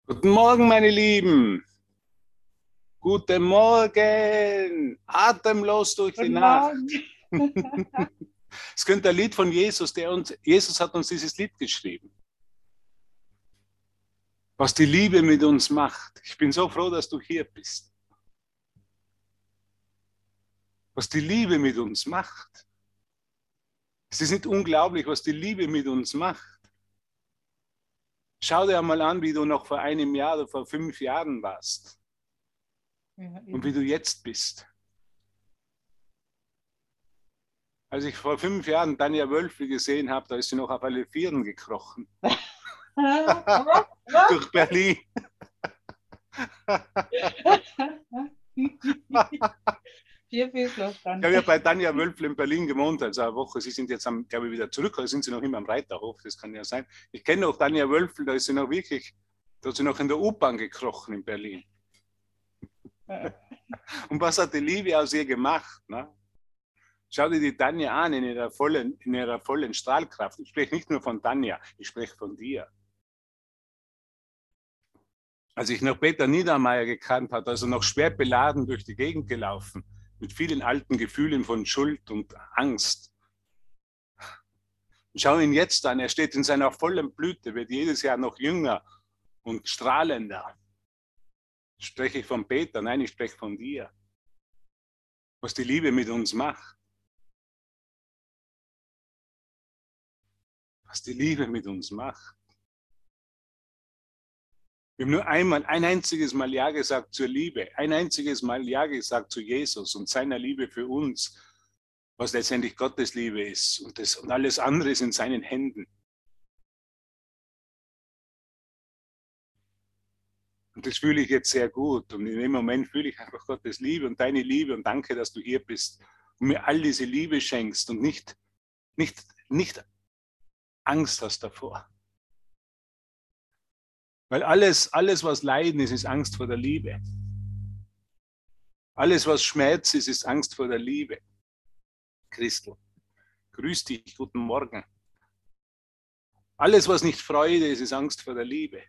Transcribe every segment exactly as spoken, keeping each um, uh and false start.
Guten Morgen, meine Lieben. Guten Morgen. Atemlos durch die Guten Nacht. Morgen. Es könnte ein Lied von Jesus, der uns, Jesus hat uns dieses Lied geschrieben. Was die Liebe mit uns macht. Ich bin so froh, dass du hier bist. Was die Liebe mit uns macht. Es ist nicht unglaublich, was die Liebe mit uns macht. Schau dir einmal an, wie du noch vor einem Jahr oder vor fünf Jahren warst. Ja, Und wie eben. du jetzt bist. Als ich vor fünf Jahren Tanja Wölfli gesehen habe, da ist sie noch auf alle Vieren gekrochen. Durch Berlin. Vierfüßler Ich dann. habe ja bei Tanja Wölfli in Berlin gewohnt, also eine Woche. Sie sind jetzt, am, glaube ich, wieder zurück, oder sind sie noch immer am Reiterhof? Das kann ja sein. Ich kenne noch Tanja Wölfli, da ist sie noch wirklich, da hat sie noch in der U-Bahn gekrochen in Berlin. Und was hat die Liebe aus ihr gemacht? Ne? Schau dir die Tanja an in ihrer vollen, in ihrer vollen Strahlkraft. Ich spreche nicht nur von Tanja, ich spreche von dir. Als ich noch Peter Niedermeyer gekannt habe, also noch schwer beladen durch die Gegend gelaufen, mit vielen alten Gefühlen von Schuld und Angst. Und schau ihn jetzt an, er steht in seiner vollen Blüte, wird jedes Jahr noch jünger und strahlender. Spreche ich von Peter? Nein, ich spreche von dir. Was die Liebe mit uns macht. Was die Liebe mit uns macht. Wir haben nur einmal, ein einziges Mal Ja gesagt zur Liebe, ein einziges Mal Ja gesagt zu Jesus und seiner Liebe für uns, was letztendlich Gottes Liebe ist. Und, das, und alles andere ist in seinen Händen. Und das fühle ich jetzt sehr gut. Und in dem Moment fühle ich einfach Gottes Liebe und deine Liebe und danke, dass du hier bist und mir all diese Liebe schenkst und nicht, nicht, nicht Angst hast davor. Weil alles, alles, was Leiden ist, ist Angst vor der Liebe. Alles, was Schmerz ist, ist Angst vor der Liebe. Christel, grüß dich, guten Morgen. Alles, was nicht Freude ist, ist Angst vor der Liebe.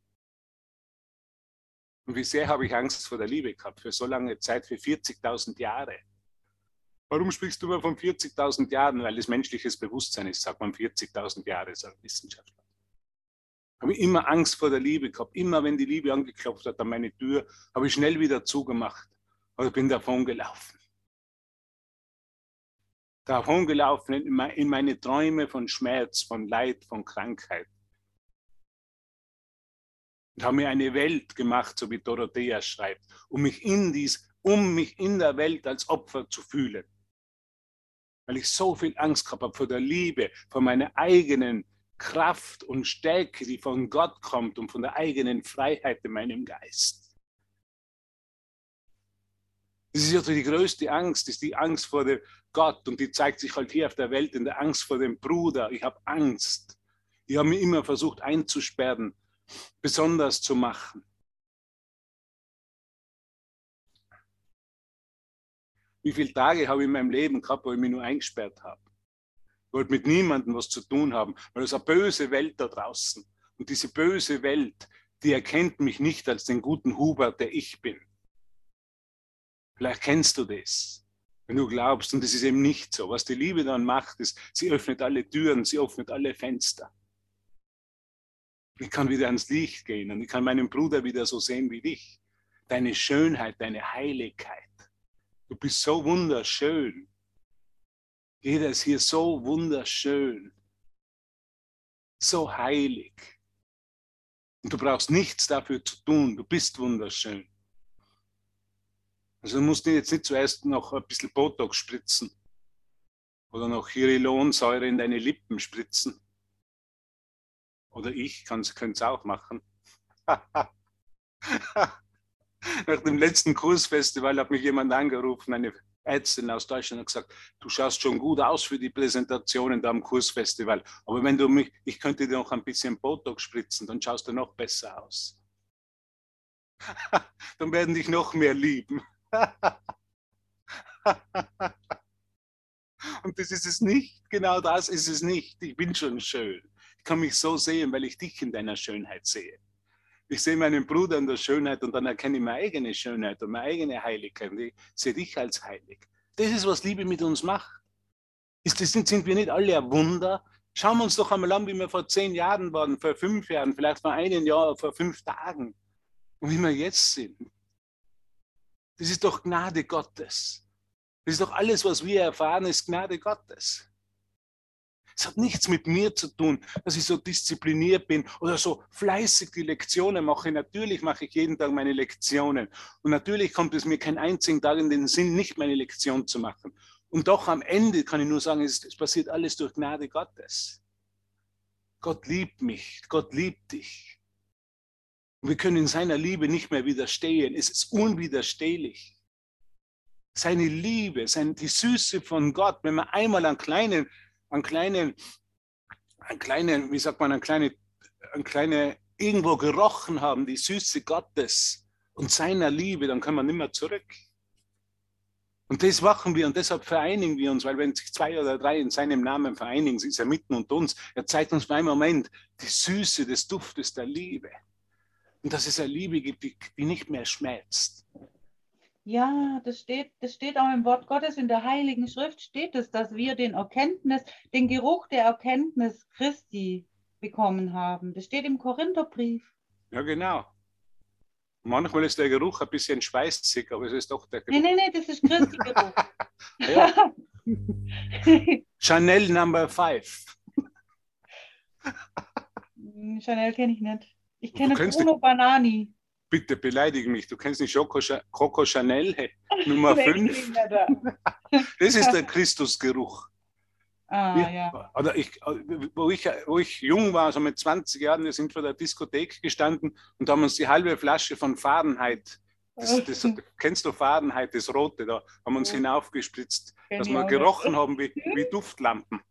Und wie sehr habe ich Angst vor der Liebe gehabt, für so lange Zeit, für vierzigtausend Jahre. Warum sprichst du immer von vierzigtausend Jahren? Weil es menschliches Bewusstsein ist, sagt man vierzigtausend Jahre, sagt Wissenschaftler. Habe ich immer Angst vor der Liebe gehabt. Immer wenn die Liebe angeklopft hat an meine Tür, habe ich schnell wieder zugemacht oder bin davon gelaufen. Davon gelaufen in meine Träume von Schmerz, von Leid, von Krankheit. Und habe mir eine Welt gemacht, so wie Dorothea schreibt, um mich in dies, um mich in der Welt als Opfer zu fühlen. Weil ich so viel Angst gehabt habe vor der Liebe, vor meiner eigenen Kraft und Stärke, die von Gott kommt und von der eigenen Freiheit in meinem Geist. Das ist ja die größte Angst, das ist die Angst vor dem Gott und die zeigt sich halt hier auf der Welt in der Angst vor dem Bruder. Ich habe Angst. Ich habe mich immer versucht einzusperren, besonders zu machen. Wie viele Tage habe ich in meinem Leben gehabt, wo ich mich nur eingesperrt habe? Ich wollte mit niemandem was zu tun haben, weil es eine böse Welt da draußen. Und diese böse Welt, die erkennt mich nicht als den guten Hubert, der ich bin. Vielleicht kennst du das, wenn du glaubst, und das ist eben nicht so. Was die Liebe dann macht, ist, sie öffnet alle Türen, sie öffnet alle Fenster. Ich kann wieder ans Licht gehen und ich kann meinen Bruder wieder so sehen wie dich. Deine Schönheit, deine Heiligkeit. Du bist so wunderschön. Jeder ist hier so wunderschön. So heilig. Und du brauchst nichts dafür zu tun. Du bist wunderschön. Also du musst dir jetzt nicht zuerst noch ein bisschen Botox spritzen oder noch Hyaluronsäure in deine Lippen spritzen. Oder ich könnte es auch machen. Nach dem letzten Kursfestival hat mich jemand angerufen, eine Ärztin aus Deutschland, hat gesagt, du schaust schon gut aus für die Präsentationen da am Kursfestival. Aber wenn du mich, ich könnte dir noch ein bisschen Botox spritzen, dann schaust du noch besser aus. Dann werden dich noch mehr lieben. Und das ist es nicht, genau das ist es nicht. Ich bin schon schön. Ich kann mich so sehen, weil ich dich in deiner Schönheit sehe. Ich sehe meinen Bruder in der Schönheit und dann erkenne ich meine eigene Schönheit und meine eigene Heiligkeit. Und ich sehe dich als heilig. Das ist, was Liebe mit uns macht. Ist das, sind wir nicht alle ein Wunder? Schauen wir uns doch einmal an, wie wir vor zehn Jahren waren, vor fünf Jahren, vielleicht vor einem Jahr, vor fünf Tagen. Und wie wir jetzt sind. Das ist doch Gnade Gottes. Das ist doch alles, was wir erfahren, ist Gnade Gottes. Es hat nichts mit mir zu tun, dass ich so diszipliniert bin oder so fleißig die Lektionen mache. Natürlich mache ich jeden Tag meine Lektionen. Und natürlich kommt es mir keinen einzigen Tag in den Sinn, nicht meine Lektion zu machen. Und doch am Ende kann ich nur sagen, es, es passiert alles durch Gnade Gottes. Gott liebt mich, Gott liebt dich. Und wir können in seiner Liebe nicht mehr widerstehen. Es ist unwiderstehlich. Seine Liebe, seine, die Süße von Gott, wenn man einmal einen kleinen, einen kleinen, einen kleinen, wie sagt man, einen kleinen, einen kleinen, irgendwo gerochen haben, die Süße Gottes und seiner Liebe, dann kann man nicht mehr zurück. Und das machen wir und deshalb vereinigen wir uns, weil wenn sich zwei oder drei in seinem Namen vereinigen, ist er mitten unter uns. Er zeigt uns für einen Moment die Süße des Duftes der Liebe. Und dass es eine Liebe gibt, die, die nicht mehr schmerzt. Ja, das steht, das steht auch im Wort Gottes, in der Heiligen Schrift steht es, dass wir den Erkenntnis, den Geruch der Erkenntnis Christi bekommen haben. Das steht im Korintherbrief. Ja, genau. Manchmal ist der Geruch ein bisschen schweißig, aber es ist doch der Geruch. Nee, nee, nee, das ist Christi Geruch. Ja. Chanel Number Five. Chanel kenne ich nicht. Ich kenne kennst Bruno die- Banani. Bitte beleidige mich, du kennst nicht Coco, Cha- Coco Chanel, hey, Nummer fünf. Das ist der Christusgeruch. Ah, Wir- ja. Oder ich, wo, ich, wo ich jung war, so mit zwanzig Jahren, wir sind vor der Diskothek gestanden und haben uns die halbe Flasche von Fahrenheit, das, das, kennst du Fahrenheit, das Rote, da haben wir uns Ja. hinaufgespritzt, Kenn dass ich wir auch gerochen haben wie, wie Duftlampen.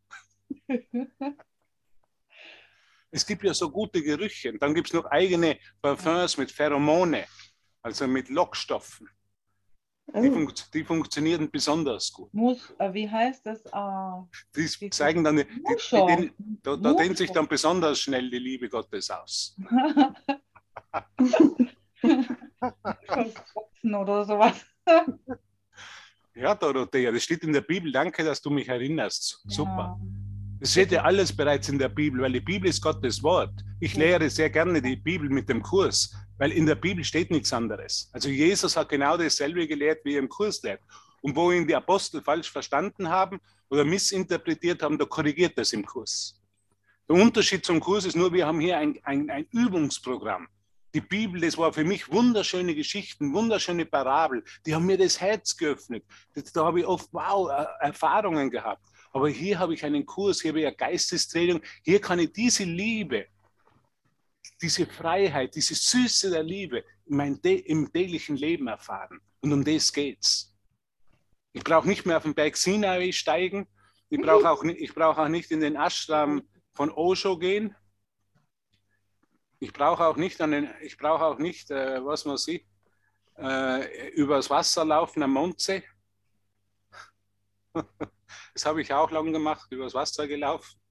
Es gibt ja so gute Gerüche. Und dann gibt es noch eigene Parfums mit Pheromone, also mit Lockstoffen. Die, fun die funktionieren besonders gut. Muss, äh, wie heißt das? Ah, Die Die- zeigen dann, die, die, Muscho. die, da, da dehnt sich Muscho. dann besonders schnell die Liebe Gottes aus. Tropfen oder sowas. Ja, Dorothea, das steht in der Bibel. Danke, dass du mich erinnerst. Super. Ja. Das steht ja alles bereits in der Bibel, weil die Bibel ist Gottes Wort. Ich lehre sehr gerne die Bibel mit dem Kurs, weil in der Bibel steht nichts anderes. Also Jesus hat genau dasselbe gelehrt, wie er im Kurs lehrt. Und wo ihn die Apostel falsch verstanden haben oder missinterpretiert haben, da korrigiert das im Kurs. Der Unterschied zum Kurs ist nur, wir haben hier ein, ein, ein Übungsprogramm. Die Bibel, das war für mich wunderschöne Geschichten, wunderschöne Parabel. Die haben mir das Herz geöffnet. Das, da habe ich oft, wow, Erfahrungen gehabt. Aber hier habe ich einen Kurs, hier habe ich eine Geistestraining. Hier kann ich diese Liebe, diese Freiheit, diese Süße der Liebe in mein, im täglichen Leben erfahren. Und um das geht's. Ich brauche nicht mehr auf den Berg Sinai steigen. Ich brauche auch, ich brauche auch nicht in den Ashram von Osho gehen. Ich brauche auch nicht, an den, ich brauche auch nicht äh, was man sieht, äh, übers Wasser laufen am Mondsee. Das habe ich auch lange gemacht, übers Wasser gelaufen.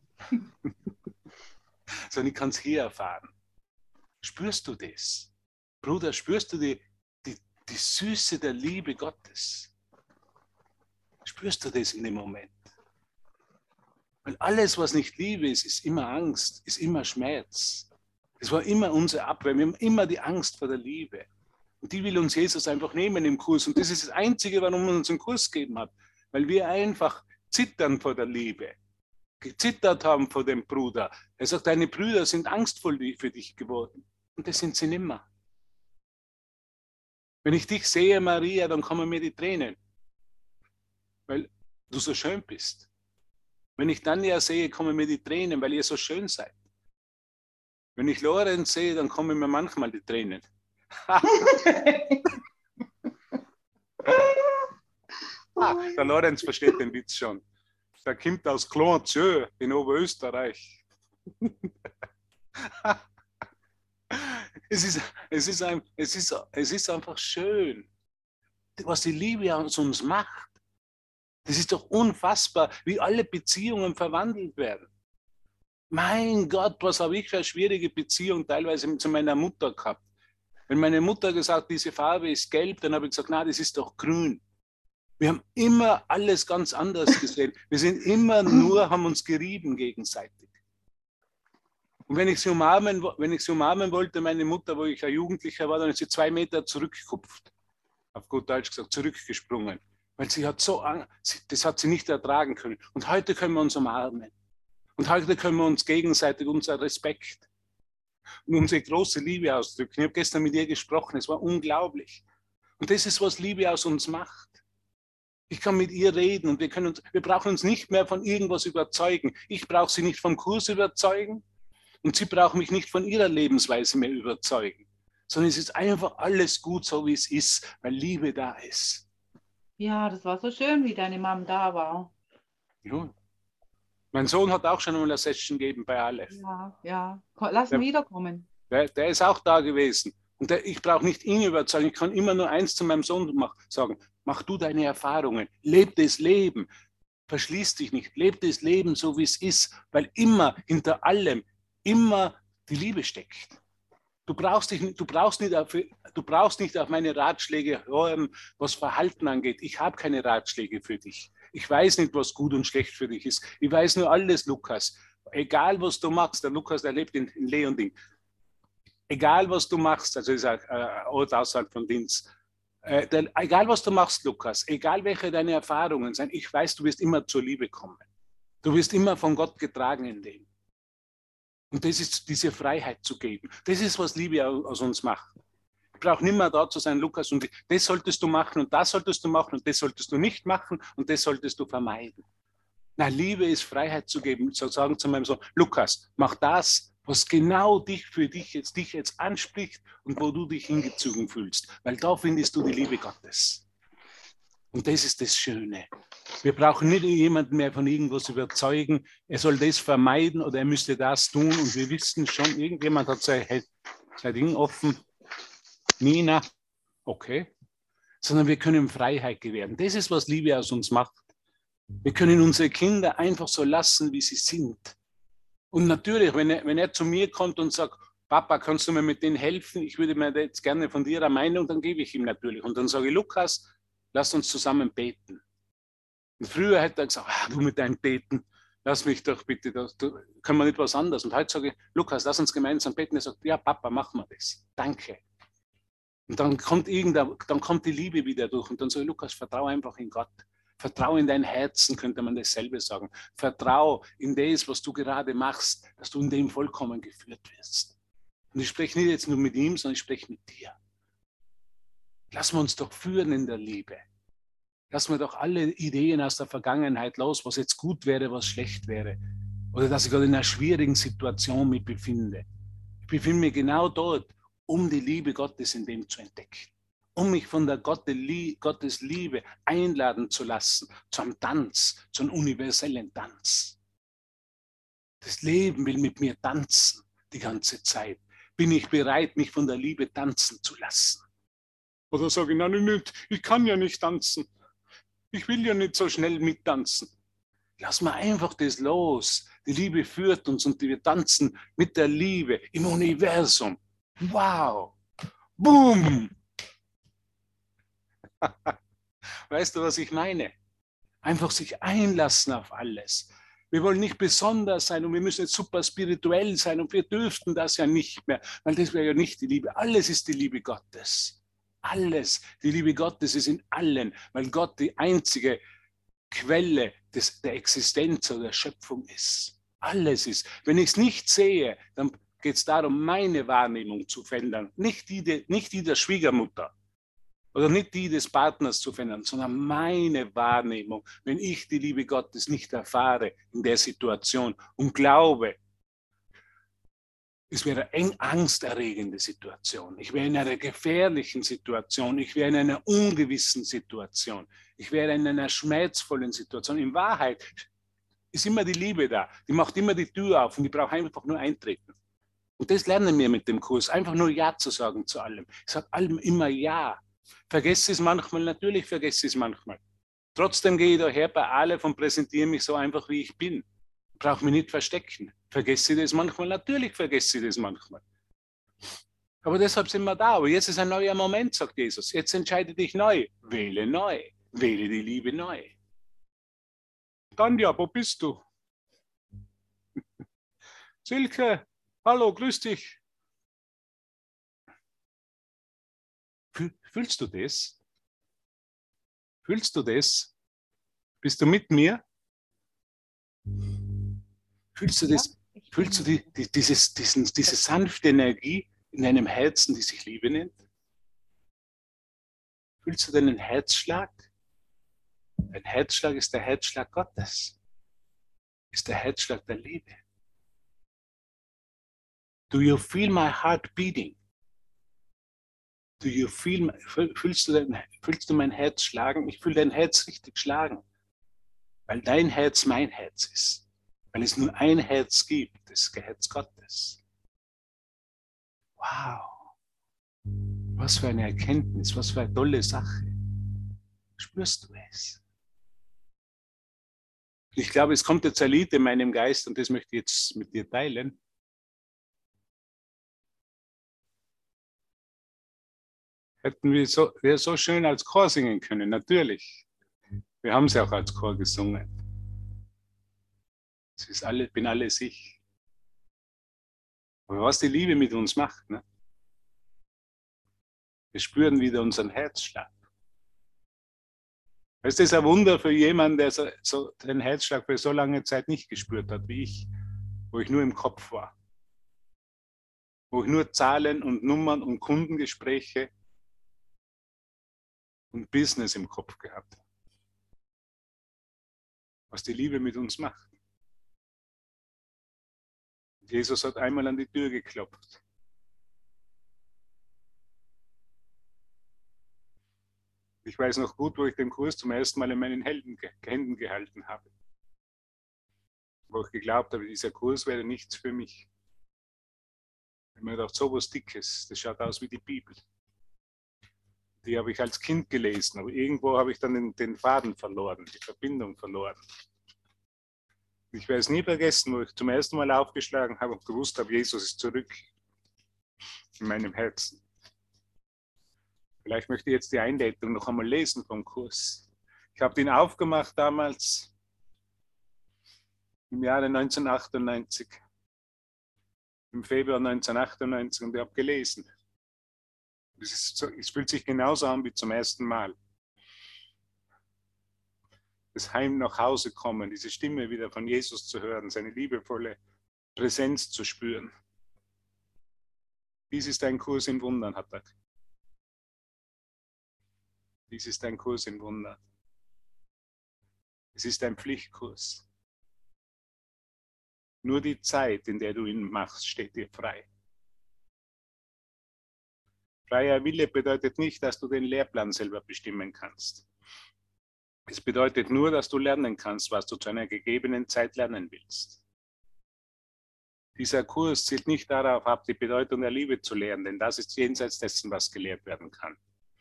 Sondern ich kann es hier erfahren. Spürst du das? Bruder, spürst du die, die, die Süße der Liebe Gottes? Spürst du das in dem Moment? Weil alles, was nicht Liebe ist, ist immer Angst, ist immer Schmerz. Es war immer unsere Abwehr. Wir haben immer die Angst vor der Liebe. Und die will uns Jesus einfach nehmen im Kurs. Und das ist das Einzige, warum er uns einen Kurs gegeben hat. Weil wir einfach zittern vor der Liebe. Gezittert haben vor dem Bruder. Er sagt, deine Brüder sind angstvoll für dich geworden. Und das sind sie nimmer. Wenn ich dich sehe, Maria, dann kommen mir die Tränen. Weil du so schön bist. Wenn ich Tanja sehe, kommen mir die Tränen, weil ihr so schön seid. Wenn ich Lorenz sehe, dann kommen mir manchmal die Tränen. ah, der Lorenz versteht den Witz schon. Der kommt aus Clonzö in Oberösterreich. es, ist, es, ist ein, es, ist, es ist einfach schön, was die Liebe aus uns macht. Das ist doch unfassbar, wie alle Beziehungen verwandelt werden. Mein Gott, was habe ich für eine schwierige Beziehung teilweise zu meiner Mutter gehabt. Wenn meine Mutter gesagt hat, diese Farbe ist gelb, dann habe ich gesagt, na, das ist doch grün. Wir haben immer alles ganz anders gesehen. Wir sind immer nur, haben uns gerieben gegenseitig. Und wenn ich sie umarmen, wenn ich sie umarmen wollte, meine Mutter, wo ich ein Jugendlicher war, dann ist sie zwei Meter zurückgekupft. Auf gut Deutsch gesagt, zurückgesprungen. Weil sie hat so, das hat sie nicht ertragen können. Und heute können wir uns umarmen. Und heute können wir uns gegenseitig unser Respekt und unsere große Liebe ausdrücken. Ich habe gestern mit ihr gesprochen, es war unglaublich. Und das ist, was Liebe aus uns macht. Ich kann mit ihr reden und wir, können uns, wir brauchen uns nicht mehr von irgendwas überzeugen. Ich brauche sie nicht vom Kurs überzeugen und sie brauchen mich nicht von ihrer Lebensweise mehr überzeugen. Sondern es ist einfach alles gut, so wie es ist, weil Liebe da ist. Ja, das war so schön, wie deine Mom da war. Ja. Mein Sohn hat auch schon einmal eine Session gegeben bei Aleph. Ja, ja. Lass ihn der, wiederkommen. Der, der ist auch da gewesen. Und der, ich brauche nicht ihn überzeugen. Ich kann immer nur eins zu meinem Sohn mach, sagen. Mach du deine Erfahrungen. Leb das Leben. Verschließ dich nicht. Leb das Leben so, wie es ist. Weil immer, hinter allem, immer die Liebe steckt. Du brauchst, dich, du brauchst, nicht, auf, du brauchst nicht auf meine Ratschläge hören, was Verhalten angeht. Ich habe keine Ratschläge für dich. Ich weiß nicht, was gut und schlecht für dich ist. Ich weiß nur alles, Lukas. Egal, was du machst, der Lukas, der lebt in, in Leonding. Egal, was du machst, also ist ein Ort außerhalb von Dienst. Äh, der, egal, was du machst, Lukas, egal, welche deine Erfahrungen sind, ich weiß, du wirst immer zur Liebe kommen. Du wirst immer von Gott getragen in dem. Und das ist diese Freiheit zu geben. Das ist, was Liebe aus uns macht. Ich brauche nicht mehr da zu sein, Lukas, und das solltest du machen und das solltest du machen und das solltest du nicht machen und das solltest du vermeiden. Na, Liebe ist Freiheit zu geben, zu sagen zu meinem Sohn, Lukas, mach das, was genau dich für dich jetzt, dich jetzt anspricht und wo du dich hingezogen fühlst, weil da findest du die Liebe Gottes. Und das ist das Schöne. Wir brauchen nicht jemanden mehr von irgendwas überzeugen, er soll das vermeiden oder er müsste das tun und wir wissen schon, irgendjemand hat sein, sein Ding offen. Nina, okay. Sondern wir können Freiheit gewähren. Das ist, was Liebe aus uns macht. Wir können unsere Kinder einfach so lassen, wie sie sind. Und natürlich, wenn er, wenn er zu mir kommt und sagt, Papa, kannst du mir mit denen helfen? Ich würde mir jetzt gerne von dir eine Meinung, dann gebe ich ihm natürlich. Und dann sage ich, Lukas, lass uns zusammen beten. Und früher hätte er gesagt, ah, du mit deinem Beten, lass mich doch bitte, das, du, können wir nicht was anderes. Und heute sage ich, Lukas, lass uns gemeinsam beten. Er sagt, ja Papa, machen wir das. Danke. Und dann kommt, dann kommt die Liebe wieder durch. Und dann sage ich, Lukas, vertraue einfach in Gott. Vertraue in dein Herzen, könnte man dasselbe sagen. Vertraue in das, was du gerade machst, dass du in dem vollkommen geführt wirst. Und ich spreche nicht jetzt nur mit ihm, sondern ich spreche mit dir. Lassen wir uns doch führen in der Liebe. Lassen wir doch alle Ideen aus der Vergangenheit los, was jetzt gut wäre, was schlecht wäre. Oder dass ich gerade in einer schwierigen Situation mich befinde. Ich befinde mich genau dort, um die Liebe Gottes in dem zu entdecken. Um mich von der Gottes Liebe einladen zu lassen, zu einem Tanz, zu einem universellen Tanz. Das Leben will mit mir tanzen die ganze Zeit. Bin ich bereit, mich von der Liebe tanzen zu lassen? Oder sage ich, nein, nicht, ich kann ja nicht tanzen. Ich will ja nicht so schnell mittanzen. Lass mal einfach das los. Die Liebe führt uns und wir tanzen mit der Liebe im Universum. Wow! Boom! Weißt du, was ich meine? Einfach sich einlassen auf alles. Wir wollen nicht besonders sein und wir müssen jetzt super spirituell sein und wir dürften das ja nicht mehr, weil das wäre ja nicht die Liebe. Alles ist die Liebe Gottes. Alles. Die Liebe Gottes ist in allen, weil Gott die einzige Quelle des, der Existenz oder der Schöpfung ist. Alles ist. Wenn ich es nicht sehe, dann geht es darum, meine Wahrnehmung zu verändern. Nicht die, de, nicht die der Schwiegermutter. Oder nicht die des Partners zu verändern, sondern meine Wahrnehmung, wenn ich die Liebe Gottes nicht erfahre in der Situation und glaube, es wäre eine angsterregende Situation, ich wäre in einer gefährlichen Situation, ich wäre in einer ungewissen Situation, ich wäre in einer schmerzvollen Situation. In Wahrheit ist immer die Liebe da, die macht immer die Tür auf und die braucht einfach nur eintreten. Und das lernen wir mit dem Kurs, einfach nur Ja zu sagen zu allem. Ich sage allem immer Ja. Vergesse es manchmal, natürlich vergesse ich es manchmal. Trotzdem gehe ich daher bei Aleph und präsentiere mich so einfach, wie ich bin. brauche mich nicht verstecken. Vergesse ich das manchmal? Natürlich vergesse ich das manchmal. Aber deshalb sind wir da. Aber jetzt ist ein neuer Moment, sagt Jesus. Jetzt entscheide dich neu. Wähle neu. Wähle die Liebe neu. Tanja, wo bist du? Silke, hallo, grüß dich. Fühlst du das? Fühlst du das? Bist du mit mir? Fühlst du das? Ja, Fühlst du die, die, dieses, diesen, diese sanfte Energie in deinem Herzen, die sich Liebe nennt? Fühlst du deinen Herzschlag? Dein Herzschlag ist der Herzschlag Gottes. Ist der Herzschlag der Liebe. Do you feel my heart beating? Do you feel, fühlst, du dein, fühlst du mein Herz schlagen? Ich fühle dein Herz richtig schlagen. Weil dein Herz mein Herz ist. Weil es nur ein Herz gibt, das Herz Gottes. Wow. Was für eine Erkenntnis, was für eine tolle Sache. Spürst du es? Ich glaube, es kommt jetzt ein Lied in meinem Geist und das möchte ich jetzt mit dir teilen. Hätten wir so, wir so schön als Chor singen können, natürlich. Wir haben es ja auch als Chor gesungen. Es ist alle, bin alles ich. Aber was die Liebe mit uns macht, ne? Wir spüren wieder unseren Herzschlag. Es ist ein Wunder für jemanden, der so, so den Herzschlag für so lange Zeit nicht gespürt hat wie ich, wo ich nur im Kopf war. Wo ich nur Zahlen und Nummern und Kundengespräche und Business im Kopf gehabt habe. Was die Liebe mit uns macht. Jesus hat einmal an die Tür geklopft. Ich weiß noch gut, wo ich den Kurs zum ersten Mal in meinen Händen gehalten habe. Wo ich geglaubt habe, dieser Kurs wäre nichts für mich. Ich habe mir gedacht, so was Dickes, das schaut aus wie die Bibel. Die habe ich als Kind gelesen, aber irgendwo habe ich dann den, den Faden verloren, die Verbindung verloren. Ich werde es nie vergessen, wo ich zum ersten Mal aufgeschlagen habe und gewusst habe, Jesus ist zurück in meinem Herzen. Vielleicht möchte ich jetzt die Einleitung noch einmal lesen vom Kurs. Ich habe den aufgemacht damals im Jahre neunzehnhundertachtundneunzig, im Februar neunzehnhundertachtundneunzig und ich habe gelesen. Es, ist so, es fühlt sich genauso an wie zum ersten Mal. Das Heim nach Hause kommen, diese Stimme wieder von Jesus zu hören, seine liebevolle Präsenz zu spüren. Dies ist ein Kurs in Wundern, hat er. Dies ist ein Kurs in Wundern. Es ist ein Pflichtkurs. Nur die Zeit, in der du ihn machst, steht dir frei. Freier Wille bedeutet nicht, dass du den Lehrplan selber bestimmen kannst. Es bedeutet nur, dass du lernen kannst, was du zu einer gegebenen Zeit lernen willst. Dieser Kurs zielt nicht darauf ab, die Bedeutung der Liebe zu lehren, denn das ist jenseits dessen, was gelehrt werden kann.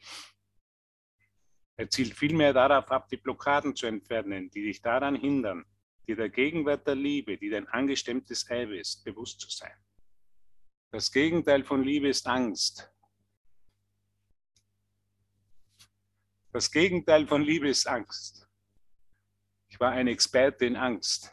Er zielt vielmehr darauf ab, die Blockaden zu entfernen, die dich daran hindern, dir der Gegenwart der Liebe, die dein angestemmtes Erbe ist, bewusst zu sein. Das Gegenteil von Liebe ist Angst. Das Gegenteil von Liebe ist Angst. Ich war ein Experte in Angst.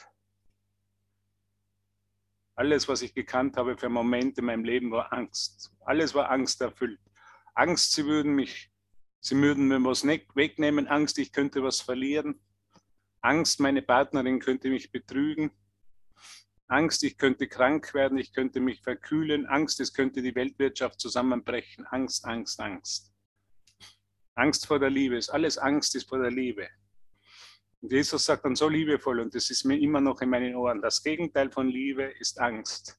Alles, was ich gekannt habe für Momente in meinem Leben, war Angst. Alles war angsterfüllt. Angst, sie würden mich, sie würden mir was wegnehmen. Angst, ich könnte was verlieren. Angst, meine Partnerin könnte mich betrügen. Angst, ich könnte krank werden, ich könnte mich verkühlen. Angst, es könnte die Weltwirtschaft zusammenbrechen. Angst, Angst, Angst. Angst vor der Liebe. Alles Angst ist vor der Liebe. Und Jesus sagt dann so liebevoll, und das ist mir immer noch in meinen Ohren, das Gegenteil von Liebe ist Angst.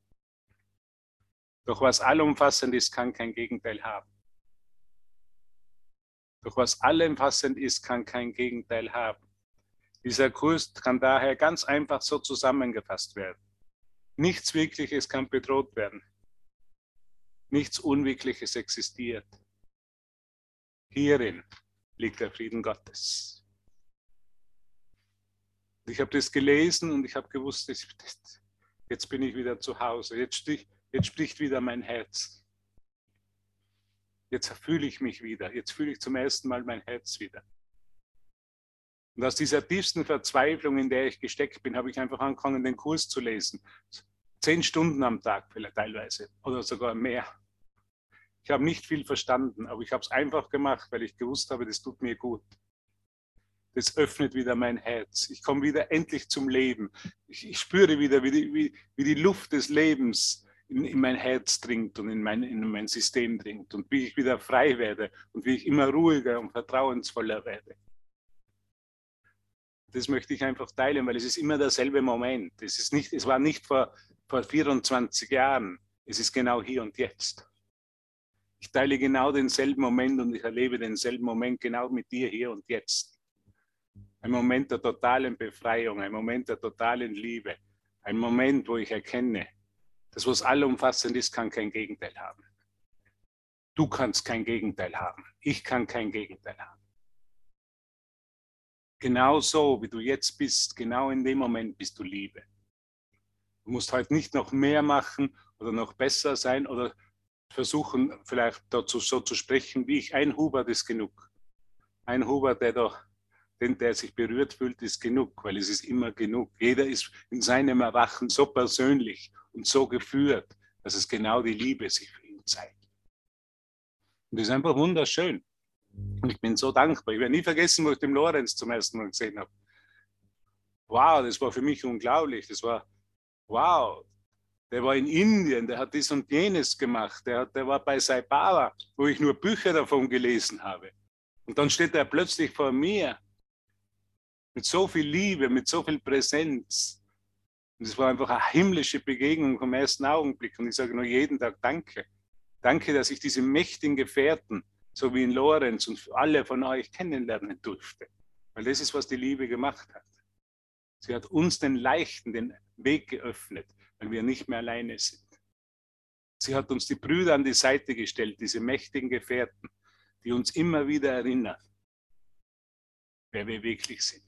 Doch was allumfassend ist, kann kein Gegenteil haben. Doch was allumfassend ist, kann kein Gegenteil haben. Dieser Kurs kann daher ganz einfach so zusammengefasst werden. Nichts Wirkliches kann bedroht werden. Nichts Unwirkliches existiert. Hierin liegt der Frieden Gottes. Ich habe das gelesen und ich habe gewusst, jetzt bin ich wieder zu Hause. Jetzt spricht, jetzt spricht wieder mein Herz. Jetzt fühle ich mich wieder. Jetzt fühle ich zum ersten Mal mein Herz wieder. Und aus dieser tiefsten Verzweiflung, in der ich gesteckt bin, habe ich einfach angefangen, den Kurs zu lesen. Zehn Stunden am Tag vielleicht teilweise oder sogar mehr. Ich habe nicht viel verstanden, aber ich habe es einfach gemacht, weil ich gewusst habe, das tut mir gut. Das öffnet wieder mein Herz. Ich komme wieder endlich zum Leben. Ich, ich spüre wieder, wie die, wie, wie die Luft des Lebens in, in mein Herz dringt und in mein, in mein System dringt und wie ich wieder frei werde und wie ich immer ruhiger und vertrauensvoller werde. Das möchte ich einfach teilen, weil es ist immer derselbe Moment. Es, ist nicht, es war nicht vor, vor vierundzwanzig Jahren. Es ist genau hier und jetzt. Ich teile genau denselben Moment und ich erlebe denselben Moment genau mit dir hier und jetzt. Ein Moment der totalen Befreiung, ein Moment der totalen Liebe. Ein Moment, wo ich erkenne, das, was allumfassend ist, kann kein Gegenteil haben. Du kannst kein Gegenteil haben. Ich kann kein Gegenteil haben. Genau so, wie du jetzt bist, genau in dem Moment bist du Liebe. Du musst heute nicht noch mehr machen oder noch besser sein oder versuchen, vielleicht dazu so zu sprechen, wie ich. Ein Hubert ist genug. Ein Hubert, der, doch, den, der sich berührt fühlt, ist genug, weil es ist immer genug. Jeder ist in seinem Erwachen so persönlich und so geführt, dass es genau die Liebe sich für ihn zeigt. Und das ist einfach wunderschön. Und ich bin so dankbar. Ich werde nie vergessen, wo ich den Lorenz zum ersten Mal gesehen habe. Wow, das war für mich unglaublich. Das war, wow, der war in Indien, der hat dies und jenes gemacht. Der, der war bei Sai Baba, wo ich nur Bücher davon gelesen habe. Und dann steht er plötzlich vor mir mit so viel Liebe, mit so viel Präsenz. Und es war einfach eine himmlische Begegnung vom ersten Augenblick. Und ich sage nur jeden Tag Danke. Danke, dass ich diese mächtigen Gefährten, so wie in Lorenz und alle von euch kennenlernen durfte. Weil das ist, was die Liebe gemacht hat. Sie hat uns den Leichten den Weg geöffnet, weil wir nicht mehr alleine sind. Sie hat uns die Brüder an die Seite gestellt, diese mächtigen Gefährten, die uns immer wieder erinnern, wer wir wirklich sind.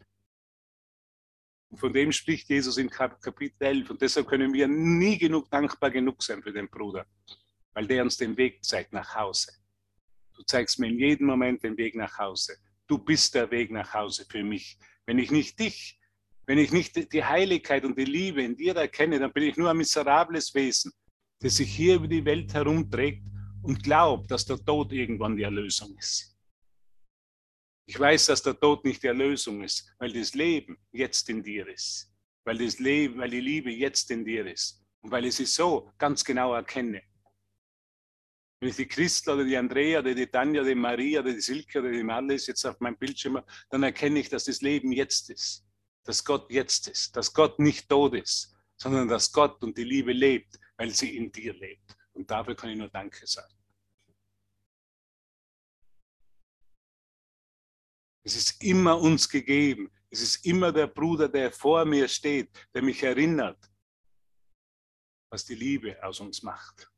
Und von dem spricht Jesus in Kapitel elf. Und deshalb können wir nie genug dankbar genug sein für den Bruder, weil der uns den Weg zeigt nach Hause. Du zeigst mir in jedem Moment den Weg nach Hause. Du bist der Weg nach Hause für mich. Wenn ich nicht dich, wenn ich nicht die Heiligkeit und die Liebe in dir erkenne, dann bin ich nur ein miserables Wesen, das sich hier über die Welt herumträgt und glaubt, dass der Tod irgendwann die Erlösung ist. Ich weiß, dass der Tod nicht die Erlösung ist, weil das Leben jetzt in dir ist. Weil das Leben, weil die Liebe jetzt in dir ist. Und weil ich sie so ganz genau erkenne. Wenn ich die Christel oder die Andrea oder die Tanja oder die Maria oder die Silke oder die Marlies jetzt auf meinem Bildschirm habe, dann erkenne ich, dass das Leben jetzt ist. Dass Gott jetzt ist. Dass Gott nicht tot ist, sondern dass Gott und die Liebe lebt, weil sie in dir lebt. Und dafür kann ich nur Danke sagen. Es ist immer uns gegeben. Es ist immer der Bruder, der vor mir steht, der mich erinnert, was die Liebe aus uns macht.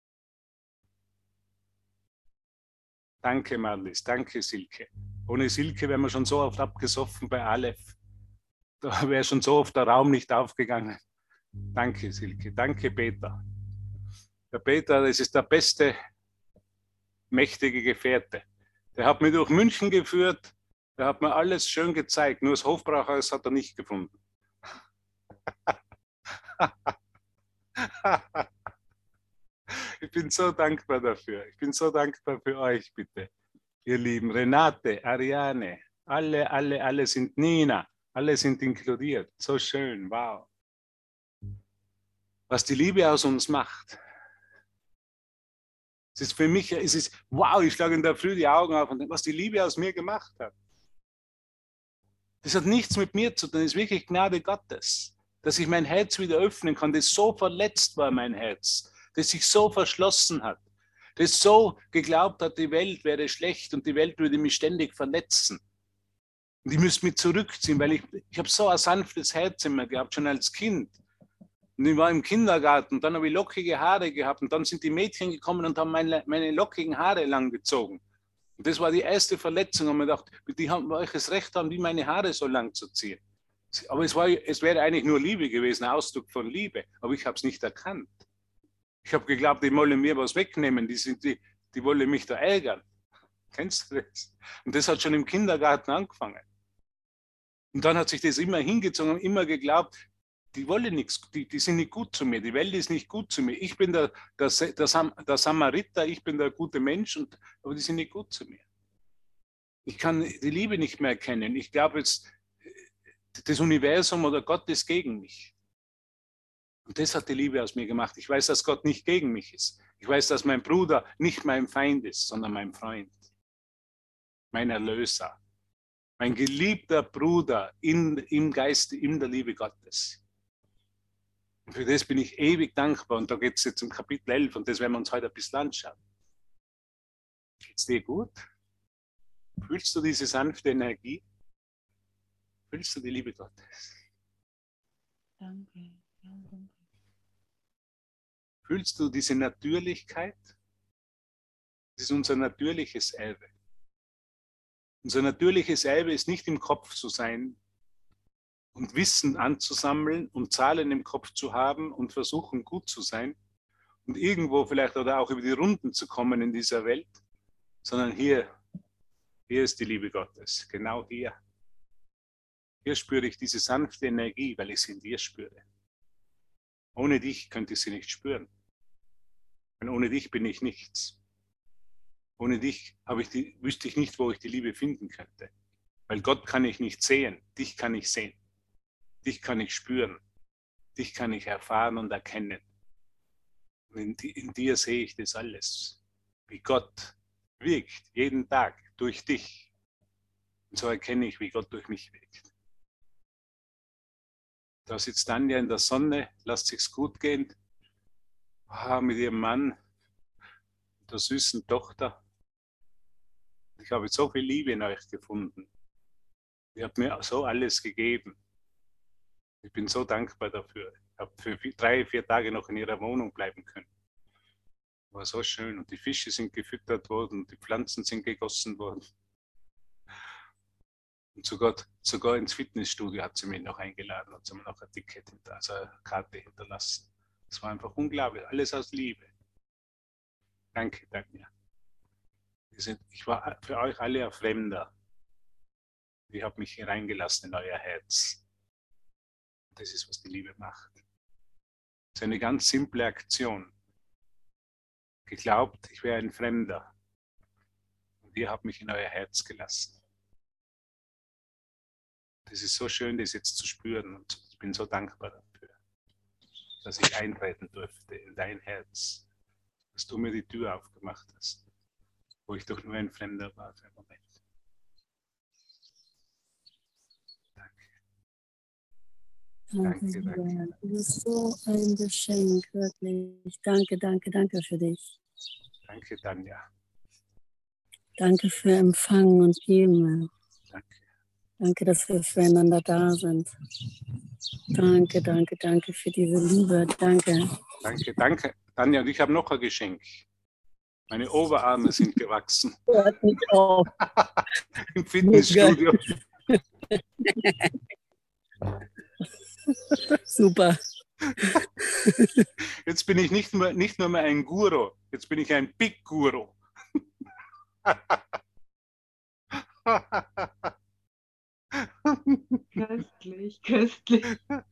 Danke, Marlies. Danke, Silke. Ohne Silke wären wir schon so oft abgesoffen bei Aleph. Da wäre schon so oft der Raum nicht aufgegangen. Danke, Silke. Danke, Peter. Der Peter, das ist der beste, mächtige Gefährte. Der hat mich durch München geführt. Der hat mir alles schön gezeigt. Nur das Hofbrauchhaus hat er nicht gefunden. Ich bin so dankbar dafür. Ich bin so dankbar für euch, bitte. Ihr Lieben. Renate, Ariane, alle, alle, alle sind Nina. Alle sind inkludiert. So schön. Wow. Was die Liebe aus uns macht. Es ist für mich, es ist, wow, ich schlage in der Früh die Augen auf und denke, was die Liebe aus mir gemacht hat. Das hat nichts mit mir zu tun. Das ist wirklich Gnade Gottes. Dass ich mein Herz wieder öffnen kann, das so verletzt war, mein Herz. Das sich so verschlossen hat, das so geglaubt hat, die Welt wäre schlecht und die Welt würde mich ständig verletzen. Und ich müsste mich zurückziehen, weil ich, ich habe so ein sanftes Herz immer gehabt, schon als Kind. Und ich war im Kindergarten, dann habe ich lockige Haare gehabt und dann sind die Mädchen gekommen und haben meine, meine lockigen Haare lang gezogen. Und das war die erste Verletzung und man dachte, die haben welches Recht haben, wie meine Haare so lang zu ziehen. Aber es, war, es wäre eigentlich nur Liebe gewesen, ein Ausdruck von Liebe. Aber ich habe es nicht erkannt. Ich habe geglaubt, die wollen mir was wegnehmen, die, sind, die, die wollen mich da ärgern. Kennst du das? Und das hat schon im Kindergarten angefangen. Und dann hat sich das immer hingezogen und immer geglaubt, die wollen nichts, die, die sind nicht gut zu mir, die Welt ist nicht gut zu mir. Ich bin der, der, der, Sam, der Samariter, ich bin der gute Mensch, und, aber die sind nicht gut zu mir. Ich kann die Liebe nicht mehr erkennen. Ich glaube jetzt, das Universum oder Gott ist gegen mich. Und das hat die Liebe aus mir gemacht. Ich weiß, dass Gott nicht gegen mich ist. Ich weiß, dass mein Bruder nicht mein Feind ist, sondern mein Freund, mein Erlöser, mein geliebter Bruder in, im Geiste, in der Liebe Gottes. Und für das bin ich ewig dankbar. Und da geht es jetzt im Kapitel elf, und das werden wir uns heute ein bisschen anschauen. Geht es dir gut? Fühlst du diese sanfte Energie? Fühlst du die Liebe Gottes? Danke. Danke. Fühlst du diese Natürlichkeit? Das ist unser natürliches Erbe. Unser natürliches Erbe ist nicht im Kopf zu sein und Wissen anzusammeln und Zahlen im Kopf zu haben und versuchen, gut zu sein und irgendwo vielleicht oder auch über die Runden zu kommen in dieser Welt, sondern hier, hier ist die Liebe Gottes, genau hier. Hier spüre ich diese sanfte Energie, weil ich sie in dir spüre. Ohne dich könnte ich sie nicht spüren. Denn ohne dich bin ich nichts. Ohne dich habe ich die, wüsste ich nicht, wo ich die Liebe finden könnte. Weil Gott kann ich nicht sehen, dich kann ich sehen. Dich kann ich spüren. Dich kann ich erfahren und erkennen. Und in, in dir sehe ich das alles. Wie Gott wirkt, jeden Tag, durch dich. Und so erkenne ich, wie Gott durch mich wirkt. Da sitzt Tanja in der Sonne, lasst sich's gut gehen. Ah, mit ihrem Mann, der süßen Tochter. Ich habe so viel Liebe in euch gefunden. Ihr habt mir so alles gegeben. Ich bin so dankbar dafür. Ich habe für drei, vier Tage noch in ihrer Wohnung bleiben können. War so schön. Und die Fische sind gefüttert worden, die Pflanzen sind gegossen worden. Und sogar, sogar ins Fitnessstudio hat sie mich noch eingeladen und sie mir noch ein Ticket, also eine Karte hinterlassen. Das war einfach unglaublich. Alles aus Liebe. Danke, Tanja. Ich war für euch alle ein Fremder. Ich habe mich hineingelassen in euer Herz. Das ist, was die Liebe macht. Das ist eine ganz simple Aktion. Geglaubt, ich wäre ein Fremder. Und ihr habt mich in euer Herz gelassen. Das ist so schön, das jetzt zu spüren. Und ich bin so dankbar dafür, dass ich eintreten durfte in dein Herz. Dass du mir die Tür aufgemacht hast, wo ich doch nur ein Fremder war für einen Moment. Danke, Danke, danke. Du bist so ein Geschenk, wirklich. Danke, danke, danke für dich. Danke, Tanja. Danke für Empfangen und Geben. Danke. Danke, dass wir füreinander da sind. Danke, danke, danke für diese Liebe. Danke. Danke, danke. Tanja, und ich habe noch ein Geschenk. Meine Oberarme sind gewachsen. Hört nicht auf. Im Fitnessstudio. Super. Jetzt bin ich nicht nur, nicht nur mehr ein Guru, jetzt bin ich ein Big Guru. Köstlich, köstlich.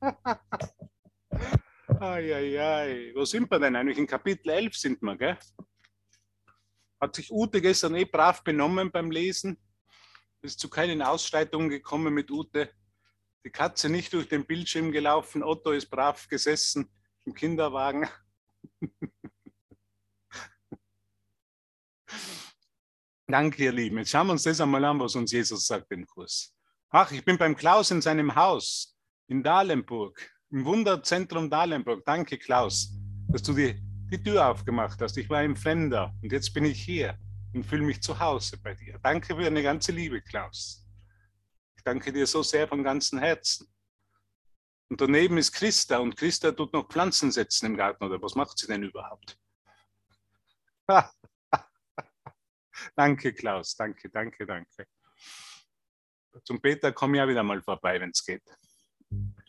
Ai, ai, ai. Wo sind wir denn eigentlich? In Kapitel elf sind wir, gell? Hat sich Ute gestern eh brav benommen beim Lesen? Ist zu keinen Ausschreitungen gekommen mit Ute. Die Katze nicht durch den Bildschirm gelaufen. Otto ist brav gesessen im Kinderwagen. Danke, ihr Lieben. Jetzt schauen wir uns das einmal an, was uns Jesus sagt im Kurs. Ach, ich bin beim Klaus in seinem Haus in Dahlenburg, im Wunderzentrum Dahlenburg. Danke, Klaus, dass du die, die Tür aufgemacht hast. Ich war ein Fremder und jetzt bin ich hier und fühle mich zu Hause bei dir. Danke für deine ganze Liebe, Klaus. Ich danke dir so sehr von ganzem Herzen. Und daneben ist Christa und Christa tut noch Pflanzen setzen im Garten, oder was macht sie denn überhaupt? Danke, Klaus. Danke, danke, danke. Zum Peter komme ich ja wieder mal vorbei, wenn es geht.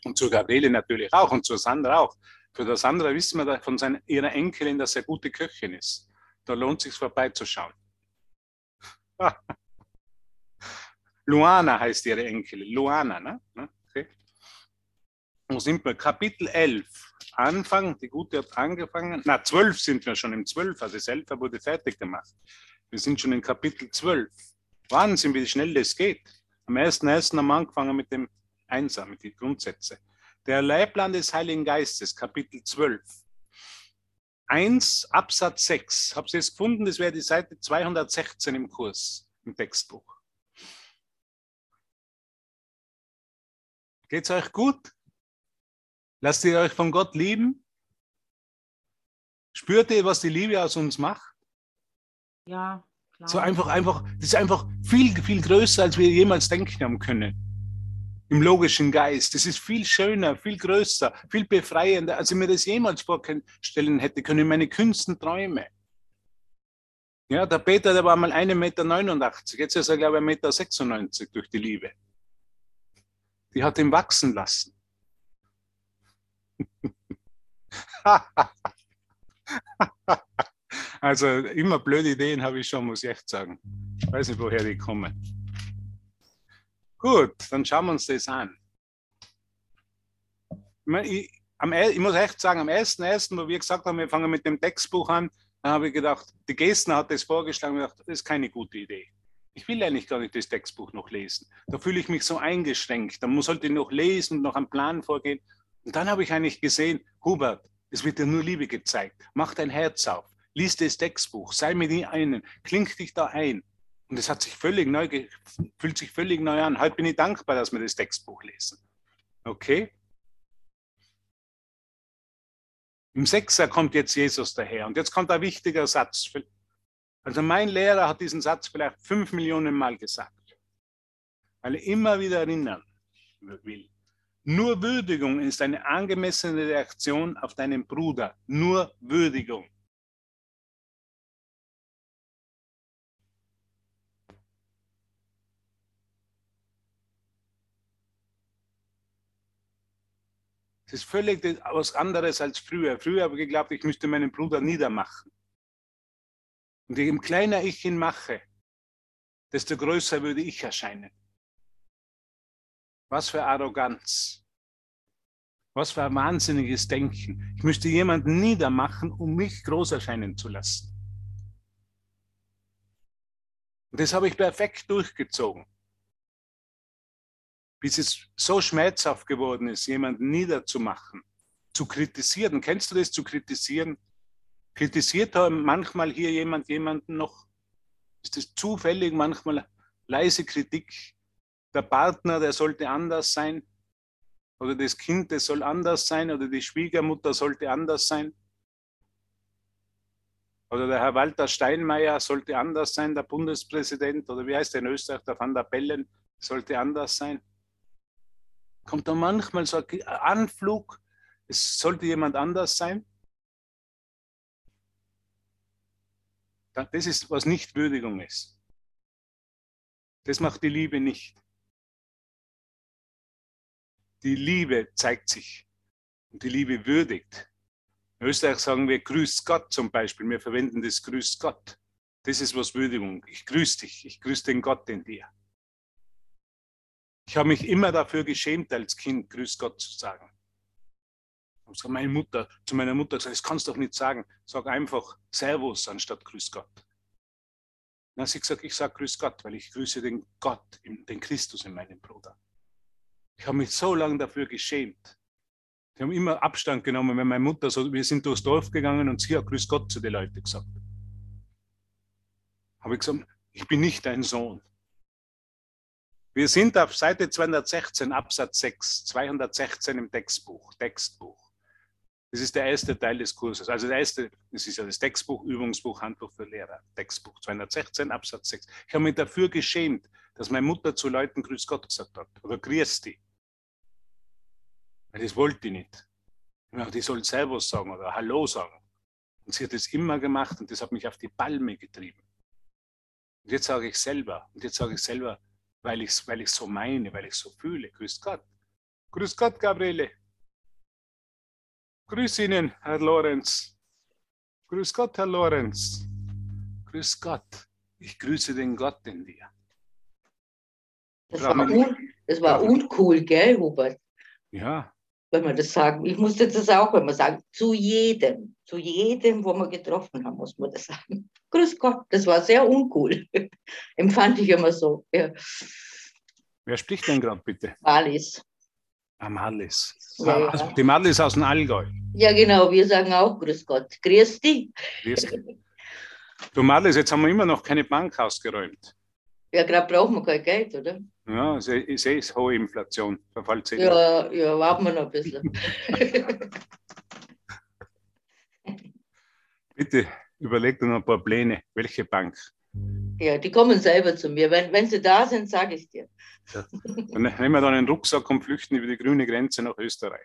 Und zur Gabriele natürlich auch und zur Sandra auch. Für der Sandra wissen wir von seiner, ihrer Enkelin, dass er gute Köchin ist. Da lohnt es sich vorbeizuschauen. Luana heißt ihre Enkelin. Luana, ne? Okay. Wo sind wir? Kapitel elf. Anfang, die Gute hat angefangen. Na, zwölf sind wir schon im zwölf. Also das elf wurde fertig gemacht. Wir sind schon in Kapitel zwölf. Wahnsinn, wie schnell das geht. Am ersten ersten haben wir angefangen mit dem Einser, mit den Grundsätzen. Der Lehrplan des Heiligen Geistes, Kapitel zwölf. eins, Absatz sechs. Habt ihr es gefunden? Das wäre die Seite zweihundertsechzehn im Kurs, im Textbuch. Geht es euch gut? Lasst ihr euch von Gott lieben? Spürt ihr, was die Liebe aus uns macht? Ja, klar. So einfach, einfach, das ist einfach viel, viel größer, als wir jemals denken haben können. Im logischen Geist. Das ist viel schöner, viel größer, viel befreiender, als ich mir das jemals vorstellen hätte können in meine kühnsten Träume. Ja, der Peter, der war mal ein Meter neunundachtzig, jetzt ist er, glaube ich, ein Meter sechsundneunzig durch die Liebe. Die hat ihn wachsen lassen. Also immer blöde Ideen habe ich schon, muss ich echt sagen. Ich weiß nicht, woher die kommen. Gut, dann schauen wir uns das an. Ich, am, ich muss echt sagen, am ersten ersten, wo wir gesagt haben, wir fangen mit dem Textbuch an, dann habe ich gedacht, die Gestner hat das vorgeschlagen und ich dachte, das ist keine gute Idee. Ich will eigentlich gar nicht das Textbuch noch lesen. Da fühle ich mich so eingeschränkt. Da sollte ich noch lesen und noch einen Plan vorgehen. Und dann habe ich eigentlich gesehen, Hubert, es wird dir nur Liebe gezeigt. Mach dein Herz auf, lies das Textbuch, sei mit ihnen, kling dich da ein. Und es hat sich völlig neu, fühlt sich völlig neu an. Heute bin ich dankbar, dass wir das Textbuch lesen. Okay? Im Sechser kommt jetzt Jesus daher. Und jetzt kommt ein wichtiger Satz. Also mein Lehrer hat diesen Satz vielleicht fünf Millionen Mal gesagt, weil er immer wieder erinnern will. Nur Würdigung ist eine angemessene Reaktion auf deinen Bruder. Nur Würdigung. Es ist völlig was anderes als früher. Früher habe ich geglaubt, ich müsste meinen Bruder niedermachen. Und je kleiner ich ihn mache, desto größer würde ich erscheinen. Was für Arroganz. Was für ein wahnsinniges Denken. Ich müsste jemanden niedermachen, um mich groß erscheinen zu lassen. Und das habe ich perfekt durchgezogen. Bis es so schmerzhaft geworden ist, jemanden niederzumachen, zu kritisieren. Kennst du das, zu kritisieren? Kritisiert manchmal hier jemand jemanden noch? Ist das zufällig manchmal leise Kritik? Der Partner, der sollte anders sein? Oder das Kind, das soll anders sein? Oder die Schwiegermutter sollte anders sein? Oder der Herr Walter Steinmeier sollte anders sein, der Bundespräsident? Oder wie heißt der in Österreich, der Van der Bellen, sollte anders sein? Kommt da manchmal so ein Anflug, es sollte jemand anders sein? Das ist, was nicht Würdigung ist. Das macht die Liebe nicht. Die Liebe zeigt sich und die Liebe würdigt. In Österreich sagen wir Grüß Gott zum Beispiel. Wir verwenden das Grüß Gott. Das ist was Würdigung. Ich grüße dich. Ich grüße den Gott in dir. Ich habe mich immer dafür geschämt, als Kind Grüß Gott zu sagen. Ich habe meine Mutter, zu meiner Mutter gesagt, das kannst du doch nicht sagen. Sag einfach Servus anstatt Grüß Gott. Dann hat sie gesagt, ich sage Grüß Gott, weil ich grüße den Gott, den Christus in meinem Bruder. Ich habe mich so lange dafür geschämt. Die haben immer Abstand genommen, wenn meine Mutter so, wir sind durchs Dorf gegangen und sie hat Grüß Gott zu den Leuten gesagt. Habe ich gesagt, ich bin nicht dein Sohn. Wir sind auf Seite zweihundertsechzehn, Absatz sechs, zweihundertsechzehn im Textbuch, Textbuch. Das ist der erste Teil des Kurses. Also der erste, das ist ja das Textbuch, Übungsbuch, Handbuch für Lehrer, Textbuch zweihundertsechzehn, Absatz sechs. Ich habe mich dafür geschämt, dass meine Mutter zu Leuten Grüß Gott gesagt hat oder Grüß dich. Weil das wollte ich nicht. Ich dachte, die soll Servus sagen oder Hallo sagen. Und sie hat das immer gemacht und das hat mich auf die Palme getrieben. Und jetzt sage ich selber, und jetzt sage ich selber, weil ich es weil ich so meine, weil ich so fühle, grüß Gott. Grüß Gott, Gabriele. Grüß Ihnen, Herr Lorenz. Grüß Gott, Herr Lorenz. Grüß Gott. Ich grüße den Gott in dir. Das war, un, das war uncool, gell, Hubert? Ja. Wenn man das sagen, ich muss das auch immer sagen, zu jedem, zu jedem, wo wir getroffen haben, muss man das sagen. Grüß Gott, das war sehr uncool. Empfand ich immer so. Ja. Wer spricht denn gerade bitte? Alice. Ah, Marlies. Ja, Ah, ja. also die Marlies aus dem Allgäu. Ja, genau, wir sagen auch Grüß Gott. Grüß dich. Grüß dich. Du Marlies, jetzt haben wir immer noch keine Bank ausgeräumt. Ja, gerade brauchen wir kein Geld, oder? Ja, ich sehe es, hohe Inflation. Verfällt sich. Ja, ja, warten wir noch ein bisschen. Bitte überleg dir noch ein paar Pläne. Welche Bank? Ja, die kommen selber zu mir. Wenn, wenn sie da sind, sage ich dir. Ja. Dann nehmen wir dann einen Rucksack und flüchten über die grüne Grenze nach Österreich.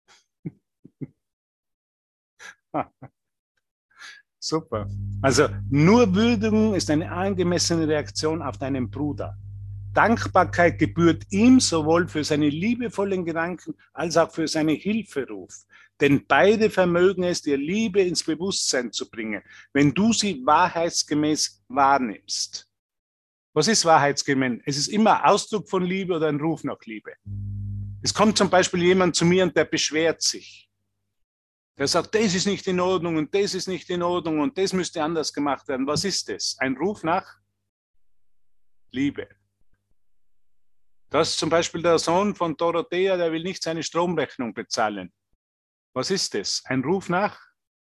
Super. Also nur Würdigung ist eine angemessene Reaktion auf deinen Bruder. Dankbarkeit gebührt ihm sowohl für seine liebevollen Gedanken als auch für seine Hilferuf. Denn beide vermögen es, dir Liebe ins Bewusstsein zu bringen, wenn du sie wahrheitsgemäß wahrnimmst. Was ist wahrheitsgemäß? Es ist immer Ausdruck von Liebe oder ein Ruf nach Liebe. Es kommt zum Beispiel jemand zu mir und der beschwert sich. Der sagt, das ist nicht in Ordnung und das ist nicht in Ordnung und das müsste anders gemacht werden. Was ist das? Ein Ruf nach Liebe. Das ist zum Beispiel der Sohn von Dorothea, der will nicht seine Stromrechnung bezahlen. Was ist das? Ein Ruf nach?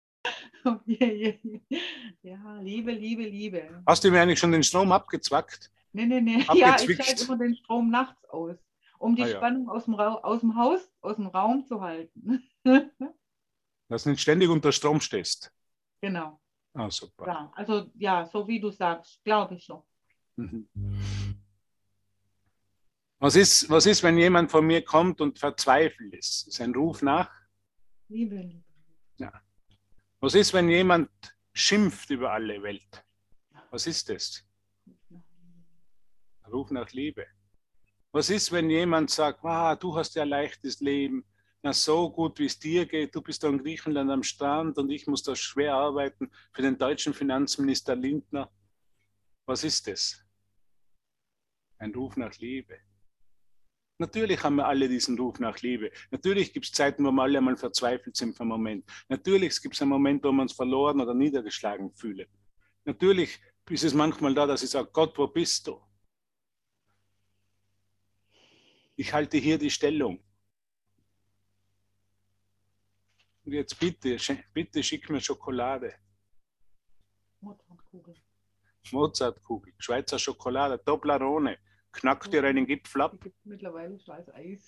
Ja, Liebe, Liebe, Liebe. Hast du mir eigentlich schon den Strom abgezwackt? Nee, nee, nee. Ja, ich schalte immer den Strom nachts aus, um die ah, ja. Spannung aus dem, aus dem Haus, aus dem Raum zu halten. Dass du nicht ständig unter Strom stehst. Genau. Ah, super. Ja, also ja, so wie du sagst, glaube ich schon. Mhm. Was ist, was ist, wenn jemand von mir kommt und verzweifelt ist? Ist ein Ruf nach? Liebe, Liebe. Ja. Was ist, wenn jemand schimpft über alle Welt? Was ist das? Ruf nach Liebe. Was ist, wenn jemand sagt, ah, du hast ja ein leichtes Leben, na so gut, wie es dir geht, du bist da in Griechenland am Strand und ich muss da schwer arbeiten für den deutschen Finanzminister Lindner. Was ist das? Ein Ruf nach Liebe. Natürlich haben wir alle diesen Ruf nach Liebe. Natürlich gibt es Zeiten, wo wir alle einmal verzweifelt sind für einen Moment. Natürlich gibt es einen Moment, wo wir uns verloren oder niedergeschlagen fühlen. Natürlich ist es manchmal da, dass ich sage, Gott, wo bist du? Ich halte hier die Stellung. Und jetzt bitte, bitte schick mir Schokolade. Mozartkugel. Mozartkugel, Schweizer Schokolade, Toblerone. Knackt dir einen Gipfel ab. Mittlerweile schwarz Eis.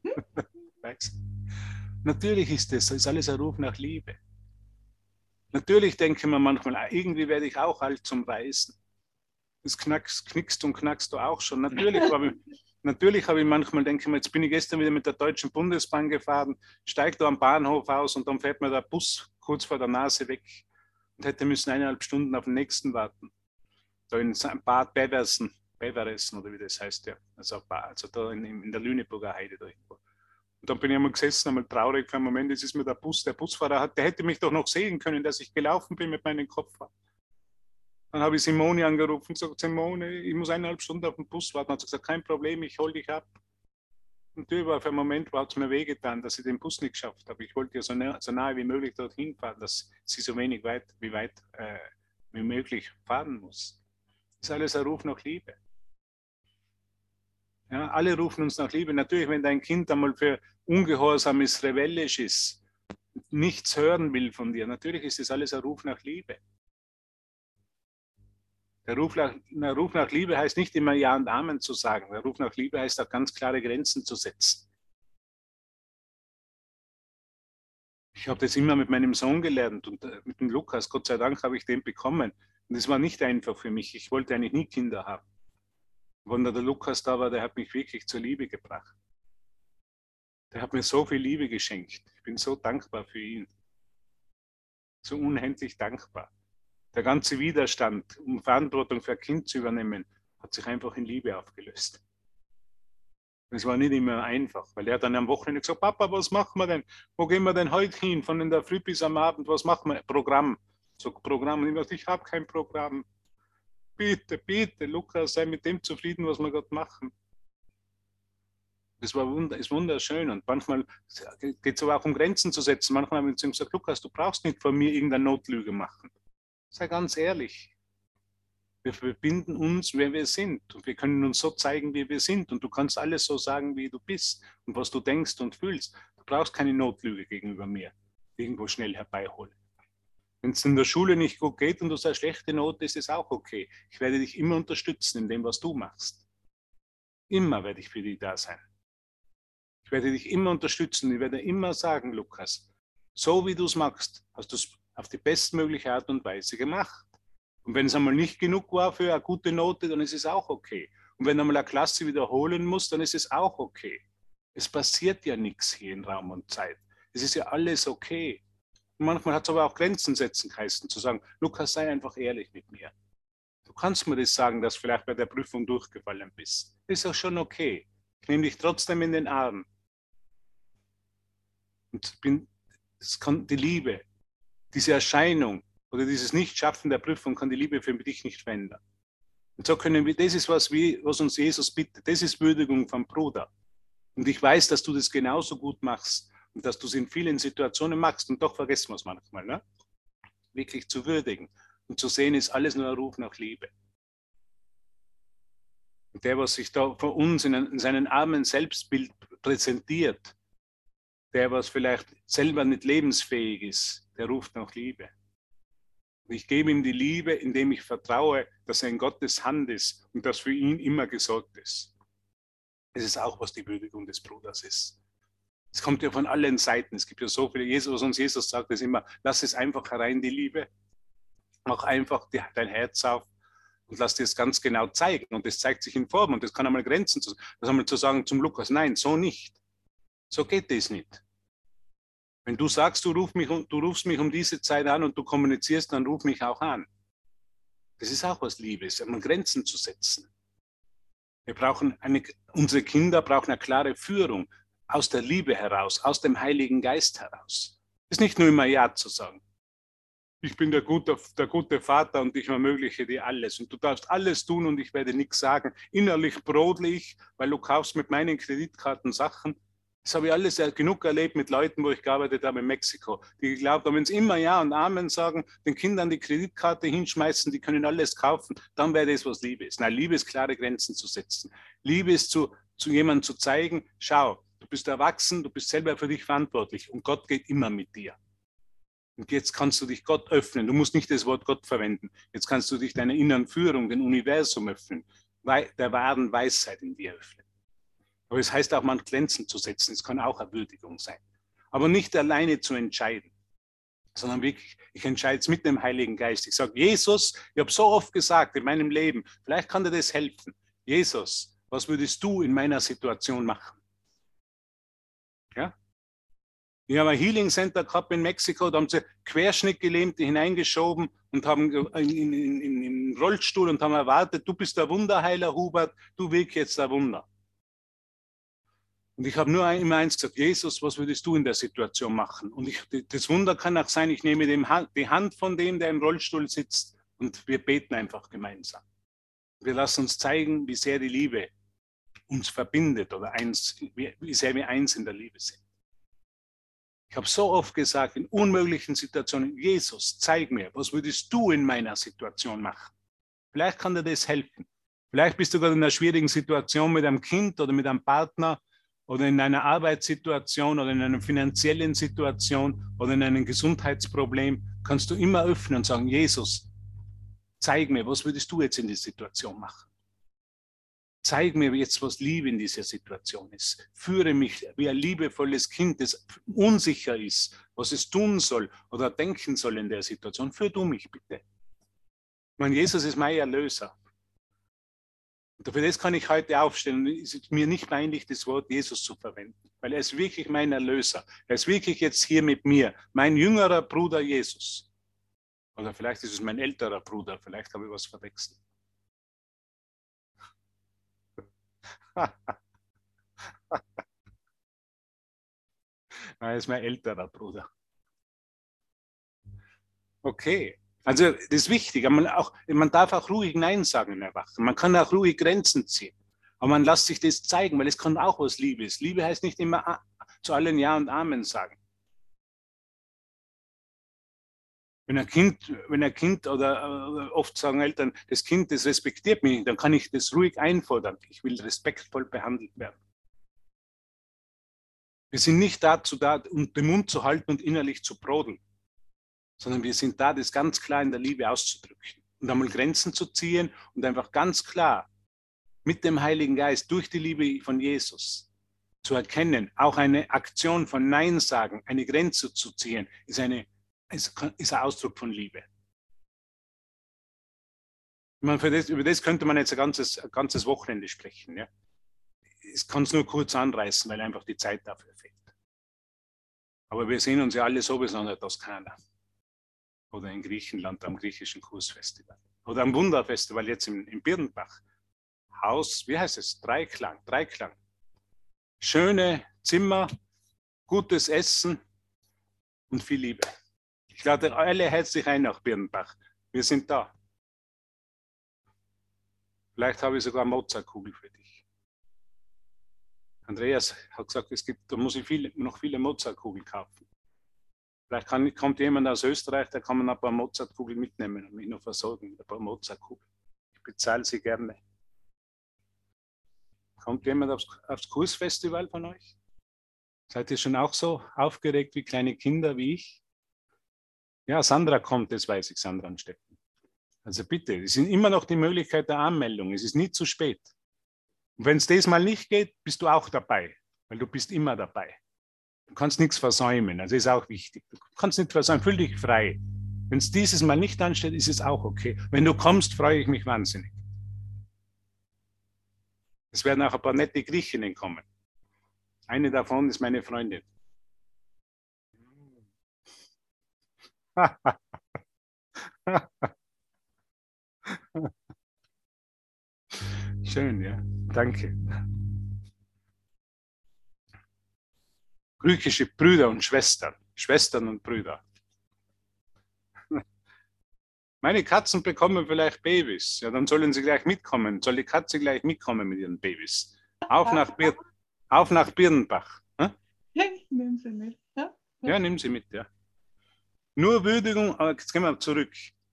Natürlich ist das, das ist alles ein Ruf nach Liebe. Natürlich denken wir manchmal, irgendwie werde ich auch alt zum Weisen. Das knackst, knickst und knackst du auch schon. Natürlich habe ich, natürlich habe ich manchmal, denke ich mir, jetzt bin ich gestern wieder mit der Deutschen Bundesbahn gefahren, steige da am Bahnhof aus und dann fährt mir der Bus kurz vor der Nase weg und hätte müssen eineinhalb Stunden auf den nächsten warten. Da in Bad Beversen. Beversen oder wie das heißt, ja. Also, also da in, in der Lüneburger Heide da irgendwo. Und dann bin ich einmal gesessen, einmal traurig für einen Moment, jetzt ist mir der Bus, der Busfahrer hat, der hätte mich doch noch sehen können, dass ich gelaufen bin mit meinem Kopf. Dann habe ich Simone angerufen und gesagt, Simone, ich muss eineinhalb Stunden auf den Bus warten. Dann hat sie gesagt, kein Problem, ich hole dich ab. Und über für einen Moment hat es mir wehgetan, dass ich den Bus nicht geschafft habe. Ich wollte ja so, nah, so nahe wie möglich dorthin fahren, dass sie so wenig weit wie weit äh, wie möglich fahren muss. Das ist alles ein Ruf nach Liebe. Ja, alle rufen uns nach Liebe. Natürlich, wenn dein Kind einmal für ungehorsam ist, rebellisch ist, nichts hören will von dir, natürlich ist das alles ein Ruf nach Liebe. Der Ruf nach, der Ruf nach Liebe heißt nicht immer Ja und Amen zu sagen. Der Ruf nach Liebe heißt auch ganz klare Grenzen zu setzen. Ich habe das immer mit meinem Sohn gelernt und mit dem Lukas, Gott sei Dank habe ich den bekommen. Und es war nicht einfach für mich. Ich wollte eigentlich nie Kinder haben. Wenn der Lukas da war, der hat mich wirklich zur Liebe gebracht. Der hat mir so viel Liebe geschenkt. Ich bin so dankbar für ihn. So unendlich dankbar. Der ganze Widerstand, um Verantwortung für ein Kind zu übernehmen, hat sich einfach in Liebe aufgelöst. Es war nicht immer einfach, weil er dann am Wochenende gesagt, Papa, was machen wir denn? Wo gehen wir denn heute hin? Von in der Früh bis am Abend, was machen wir? Programm. So Programm. Und ich dachte, ich habe kein Programm. Bitte, bitte, Lukas, sei mit dem zufrieden, was wir gerade machen. Das war wund ist wunderschön. Und manchmal geht es aber auch um Grenzen zu setzen. Manchmal haben wir zu ihm gesagt, Lukas, du brauchst nicht von mir irgendeine Notlüge machen. Sei ganz ehrlich. Wir verbinden uns, wer wir sind. Und wir können uns so zeigen, wie wir sind. Und du kannst alles so sagen, wie du bist und was du denkst und fühlst. Du brauchst keine Notlüge gegenüber mir, irgendwo schnell herbeiholen. Wenn es in der Schule nicht gut geht und du hast eine schlechte Note, ist es auch okay. Ich werde dich immer unterstützen in dem, was du machst. Immer werde ich für dich da sein. Ich werde dich immer unterstützen. Ich werde immer sagen, Lukas, so wie du es machst, hast du es auf die bestmögliche Art und Weise gemacht. Und wenn es einmal nicht genug war für eine gute Note, dann ist es auch okay. Und wenn einmal eine Klasse wiederholen muss, dann ist es auch okay. Es passiert ja nichts hier in Raum und Zeit. Es ist ja alles okay. Und manchmal hat es aber auch Grenzen setzen geheißen, zu sagen, Lukas, sei einfach ehrlich mit mir. Du kannst mir das sagen, dass du vielleicht bei der Prüfung durchgefallen bist. Das ist auch schon okay. Ich nehme dich trotzdem in den Arm. Und bin, es kann die Liebe, diese Erscheinung, oder dieses Nichtschaffen der Prüfung kann die Liebe für dich nicht verändern. Und so können wir, das ist, was, wir, was uns Jesus bittet. Das ist Würdigung vom Bruder. Und ich weiß, dass du das genauso gut machst und dass du es in vielen Situationen machst. Und doch vergessen wir es manchmal, ne? Wirklich zu würdigen und zu sehen, ist alles nur ein Ruf nach Liebe. Und der, was sich da vor uns in, in seinen armen Selbstbild präsentiert, der, was vielleicht selber nicht lebensfähig ist, der ruft nach Liebe. Ich gebe ihm die Liebe, indem ich vertraue, dass er in Gottes Hand ist und dass für ihn immer gesorgt ist. Das ist auch, was die Würdigung des Bruders ist. Es kommt ja von allen Seiten. Es gibt ja so viele. Jesus, was uns Jesus sagt, ist immer, lass es einfach herein, die Liebe. Mach einfach die, dein Herz auf und lass dir es ganz genau zeigen. Und das zeigt sich in Form. Und das kann einmal Grenzen, das einmal zu sagen zum Lukas, nein, so nicht. So geht das nicht. Wenn du sagst, du, ruf mich, du rufst mich um diese Zeit an und du kommunizierst, dann ruf mich auch an. Das ist auch was Liebes, einmal Grenzen zu setzen. Wir brauchen eine, unsere Kinder brauchen eine klare Führung aus der Liebe heraus, aus dem Heiligen Geist heraus. Es ist nicht nur immer Ja zu sagen. Ich bin der gute, der gute Vater und ich ermögliche dir alles. Und du darfst alles tun und ich werde nichts sagen. Innerlich brodle ich, weil du kaufst mit meinen Kreditkarten Sachen. Das habe ich alles genug erlebt mit Leuten, wo ich gearbeitet habe in Mexiko, die geglaubt haben, wenn sie immer Ja und Amen sagen, den Kindern die Kreditkarte hinschmeißen, die können alles kaufen, dann wäre das, was Liebe ist. Nein, Liebe ist, klare Grenzen zu setzen. Liebe ist, zu, zu jemandem zu zeigen, schau, du bist erwachsen, du bist selber für dich verantwortlich und Gott geht immer mit dir. Und jetzt kannst du dich Gott öffnen. Du musst nicht das Wort Gott verwenden. Jetzt kannst du dich deiner inneren Führung, dem Universum öffnen, der wahren Weisheit in dir öffnen. Aber es heißt auch, man Grenzen zu setzen. Es kann auch eine Würdigung sein. Aber nicht alleine zu entscheiden, sondern wirklich, ich entscheide es mit dem Heiligen Geist. Ich sage, Jesus, ich habe so oft gesagt in meinem Leben, vielleicht kann dir das helfen. Jesus, was würdest du in meiner Situation machen? Ja? Ich habe ein Healing Center gehabt in Mexiko, da haben sie Querschnittgelähmte hineingeschoben und haben in, in, in, in Rollstuhl und haben erwartet, du bist der Wunderheiler, Hubert, du wirkst jetzt der Wunder. Und ich habe nur immer eins gesagt, Jesus, was würdest du in der Situation machen? Und ich, das Wunder kann auch sein, ich nehme dem Hand, die Hand von dem, der im Rollstuhl sitzt und wir beten einfach gemeinsam. Wir lassen uns zeigen, wie sehr die Liebe uns verbindet oder eins, wie, wie sehr wir eins in der Liebe sind. Ich habe so oft gesagt, in unmöglichen Situationen, Jesus, zeig mir, was würdest du in meiner Situation machen? Vielleicht kann dir das helfen. Vielleicht bist du gerade in einer schwierigen Situation mit einem Kind oder mit einem Partner oder in einer Arbeitssituation oder in einer finanziellen Situation oder in einem Gesundheitsproblem. Kannst du immer öffnen und sagen, Jesus, zeig mir, was würdest du jetzt in die Situation machen? Zeig mir jetzt, was Liebe in dieser Situation ist. Führe mich wie ein liebevolles Kind, das unsicher ist, was es tun soll oder denken soll in der Situation. Führ du mich bitte. Ich meine, Jesus ist mein Erlöser. Und für das kann ich heute aufstellen. Es ist mir nicht peinlich, das Wort Jesus zu verwenden, weil er ist wirklich mein Erlöser. Er ist wirklich jetzt hier mit mir, mein jüngerer Bruder Jesus. Oder vielleicht ist es mein älterer Bruder, vielleicht habe ich was verwechselt. Er ist mein älterer Bruder. Okay, also das ist wichtig. Man, auch, man darf auch ruhig Nein sagen im Erwachen. Man kann auch ruhig Grenzen ziehen. Aber man lässt sich das zeigen, weil es kann auch was Liebe ist. Liebe heißt nicht immer zu allen Ja und Amen sagen. Wenn ein Kind, wenn ein Kind oder äh, oft sagen Eltern, das Kind, das respektiert mich, dann kann ich das ruhig einfordern. Ich will respektvoll behandelt werden. Wir sind nicht dazu da, um den Mund zu halten und innerlich zu brodeln, sondern wir sind da, das ganz klar in der Liebe auszudrücken und einmal Grenzen zu ziehen und einfach ganz klar mit dem Heiligen Geist durch die Liebe von Jesus zu erkennen, auch eine Aktion von Nein sagen, eine Grenze zu ziehen, ist eine ist ein Ausdruck von Liebe. Ich meine, für das, über das könnte man jetzt ein ganzes, ein ganzes Wochenende sprechen. Ja? Ich kann es nur kurz anreißen, weil einfach die Zeit dafür fehlt. Aber wir sehen uns ja alle sowieso in der Toskana oder in Griechenland am griechischen Kursfestival oder am Wunderfestival jetzt im, im Birnbach. Haus, wie heißt es? Dreiklang, Dreiklang. Schöne Zimmer, gutes Essen und viel Liebe. Ich lade alle herzlich ein nach Birnbach. Wir sind da. Vielleicht habe ich sogar eine Mozartkugel für dich. Andreas hat gesagt, es gibt, da muss ich viele, noch viele Mozartkugeln kaufen. Vielleicht kann, kommt jemand aus Österreich, da kann man ein paar Mozartkugeln mitnehmen und mich noch versorgen mit ein paar Mozartkugeln. Ich bezahle sie gerne. Kommt jemand aufs, aufs Kursfestival von euch? Seid ihr schon auch so aufgeregt wie kleine Kinder wie ich? Ja, Sandra kommt, das weiß ich, Sandra und Steffen. Also bitte, es ist immer noch die Möglichkeit der Anmeldung. Es ist nie zu spät. Und wenn es das mal nicht geht, bist du auch dabei, weil du bist immer dabei. Du kannst nichts versäumen, also ist auch wichtig. Du kannst nicht versäumen, fühl dich frei. Wenn es dieses Mal nicht ansteht, ist es auch okay. Wenn du kommst, freue ich mich wahnsinnig. Es werden auch ein paar nette Griechinnen kommen. Eine davon ist meine Freundin. Schön, ja. Danke. Griechische Brüder und Schwestern. Schwestern und Brüder. Meine Katzen bekommen vielleicht Babys. Ja, dann sollen sie gleich mitkommen. Soll die Katze gleich mitkommen mit ihren Babys? Auf nach, Bir auf nach Birnbach. Hm? Ich nehme sie mit. Ja, ja nimm sie mit, ja. Nur Würdigung, aber jetzt gehen wir zurück.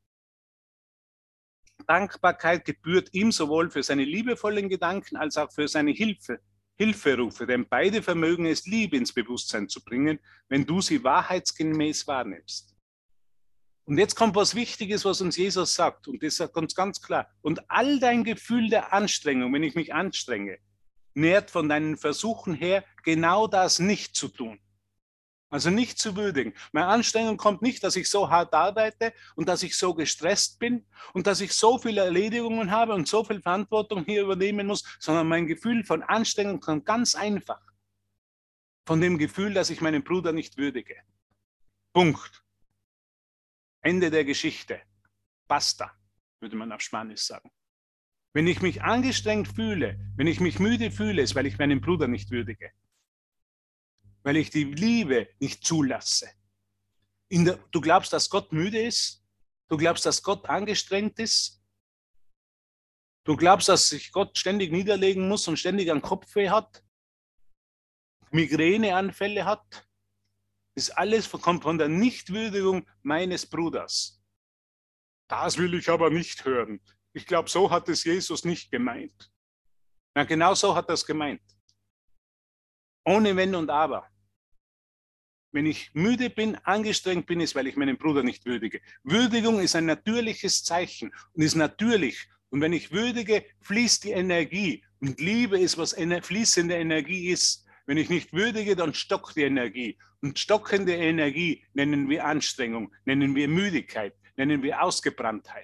Dankbarkeit gebührt ihm sowohl für seine liebevollen Gedanken als auch für seine Hilfe, Hilferufe, denn beide vermögen es, Liebe ins Bewusstsein zu bringen, wenn du sie wahrheitsgemäß wahrnimmst. Und jetzt kommt was Wichtiges, was uns Jesus sagt, und das sagt uns ganz klar. Und all dein Gefühl der Anstrengung, wenn ich mich anstrenge, nährt von deinen Versuchen her, genau das nicht zu tun. Also nicht zu würdigen. Meine Anstrengung kommt nicht, dass ich so hart arbeite und dass ich so gestresst bin und dass ich so viele Erledigungen habe und so viel Verantwortung hier übernehmen muss, sondern mein Gefühl von Anstrengung kommt ganz einfach von dem Gefühl, dass ich meinen Bruder nicht würdige. Punkt. Ende der Geschichte. Basta, würde man auf Spanisch sagen. Wenn ich mich angestrengt fühle, wenn ich mich müde fühle, ist, weil ich meinen Bruder nicht würdige. Weil ich die Liebe nicht zulasse. In der, du glaubst, dass Gott müde ist? Du glaubst, dass Gott angestrengt ist? Du glaubst, dass sich Gott ständig niederlegen muss und ständig einen Kopfweh hat? Migräneanfälle hat? Das alles kommt von der Nichtwürdigung meines Bruders. Das will ich aber nicht hören. Ich glaube, so hat es Jesus nicht gemeint. Na, genau so hat er es gemeint. Ohne Wenn und Aber. Wenn ich müde bin, angestrengt bin, ist, weil ich meinen Bruder nicht würdige. Würdigung ist ein natürliches Zeichen und ist natürlich. Und wenn ich würdige, fließt die Energie. Und Liebe ist, was eine fließende Energie ist. Wenn ich nicht würdige, dann stockt die Energie. Und stockende Energie nennen wir Anstrengung, nennen wir Müdigkeit, nennen wir Ausgebranntheit.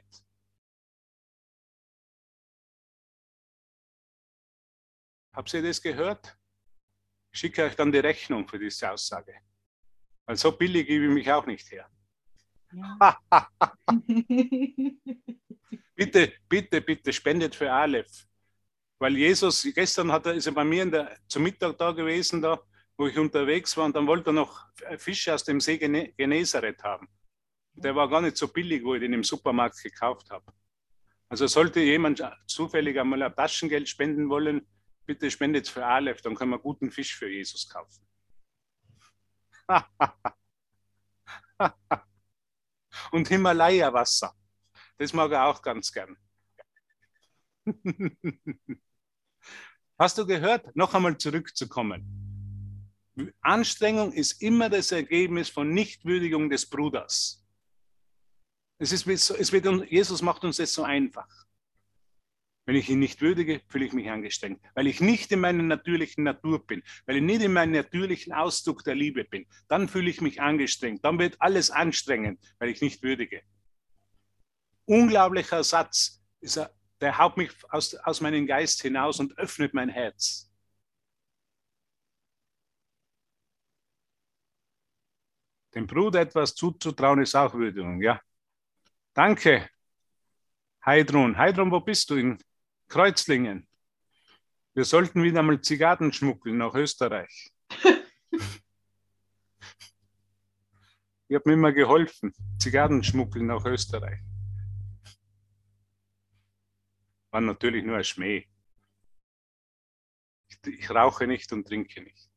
Habt ihr das gehört? Ich schicke euch dann die Rechnung für diese Aussage. Weil so billig gebe ich mich auch nicht her. Ja. Bitte, bitte, bitte spendet für Aleph. Weil Jesus, gestern hat er, ist er bei mir in der, zum Mittag da gewesen, da wo ich unterwegs war und dann wollte er noch Fische aus dem See Gene Genezareth haben. Der war gar nicht so billig, wo ich den im Supermarkt gekauft habe. Also sollte jemand zufällig einmal ein Taschengeld spenden wollen, bitte spendet für Aleph, dann können wir guten Fisch für Jesus kaufen. Und Himalaya-Wasser, das mag er auch ganz gern. Hast du gehört? Noch einmal zurückzukommen. Anstrengung ist immer das Ergebnis von Nichtwürdigung des Bruders. Es ist, es wird, Jesus macht uns das so einfach. Wenn ich ihn nicht würdige, fühle ich mich angestrengt. Weil ich nicht in meiner natürlichen Natur bin, weil ich nicht in meinem natürlichen Ausdruck der Liebe bin, dann fühle ich mich angestrengt. Dann wird alles anstrengend, weil ich nicht würdige. Unglaublicher Satz, ist er, der haut mich aus, aus meinem Geist hinaus und öffnet mein Herz. Dem Bruder etwas zuzutrauen, ist auch Würdigung, ja. Danke, Heidrun. Heidrun, wo bist du? In Kreuzlingen. Wir sollten wieder mal Zigarren schmuggeln nach Österreich. Ich habe mir immer geholfen, Zigarren schmuggeln nach Österreich. War natürlich nur ein Schmäh. Ich, ich rauche nicht und trinke nicht.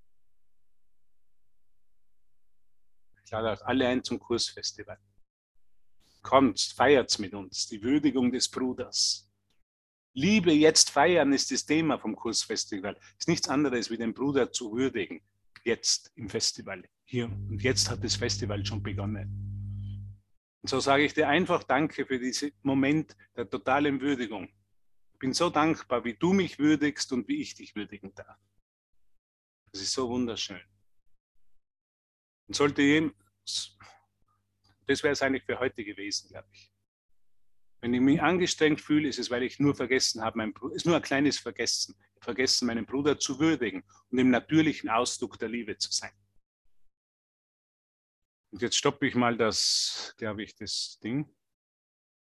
Ich lade euch alle ein zum Kursfestival. Kommt, feiert's mit uns, die Würdigung des Bruders. Liebe jetzt feiern ist das Thema vom Kursfestival. Ist nichts anderes, wie den Bruder zu würdigen. Jetzt im Festival. Hier und jetzt hat das Festival schon begonnen. Und so sage ich dir einfach Danke für diesen Moment der totalen Würdigung. Ich bin so dankbar, wie du mich würdigst und wie ich dich würdigen darf. Das ist so wunderschön. Und sollte jemand, das wäre es eigentlich für heute gewesen, glaube ich. Wenn ich mich angestrengt fühle, ist es, weil ich nur vergessen habe, mein Bruder, ist nur ein kleines Vergessen, vergessen, meinen Bruder zu würdigen und im natürlichen Ausdruck der Liebe zu sein. Und jetzt stoppe ich mal das, glaube ich, das Ding.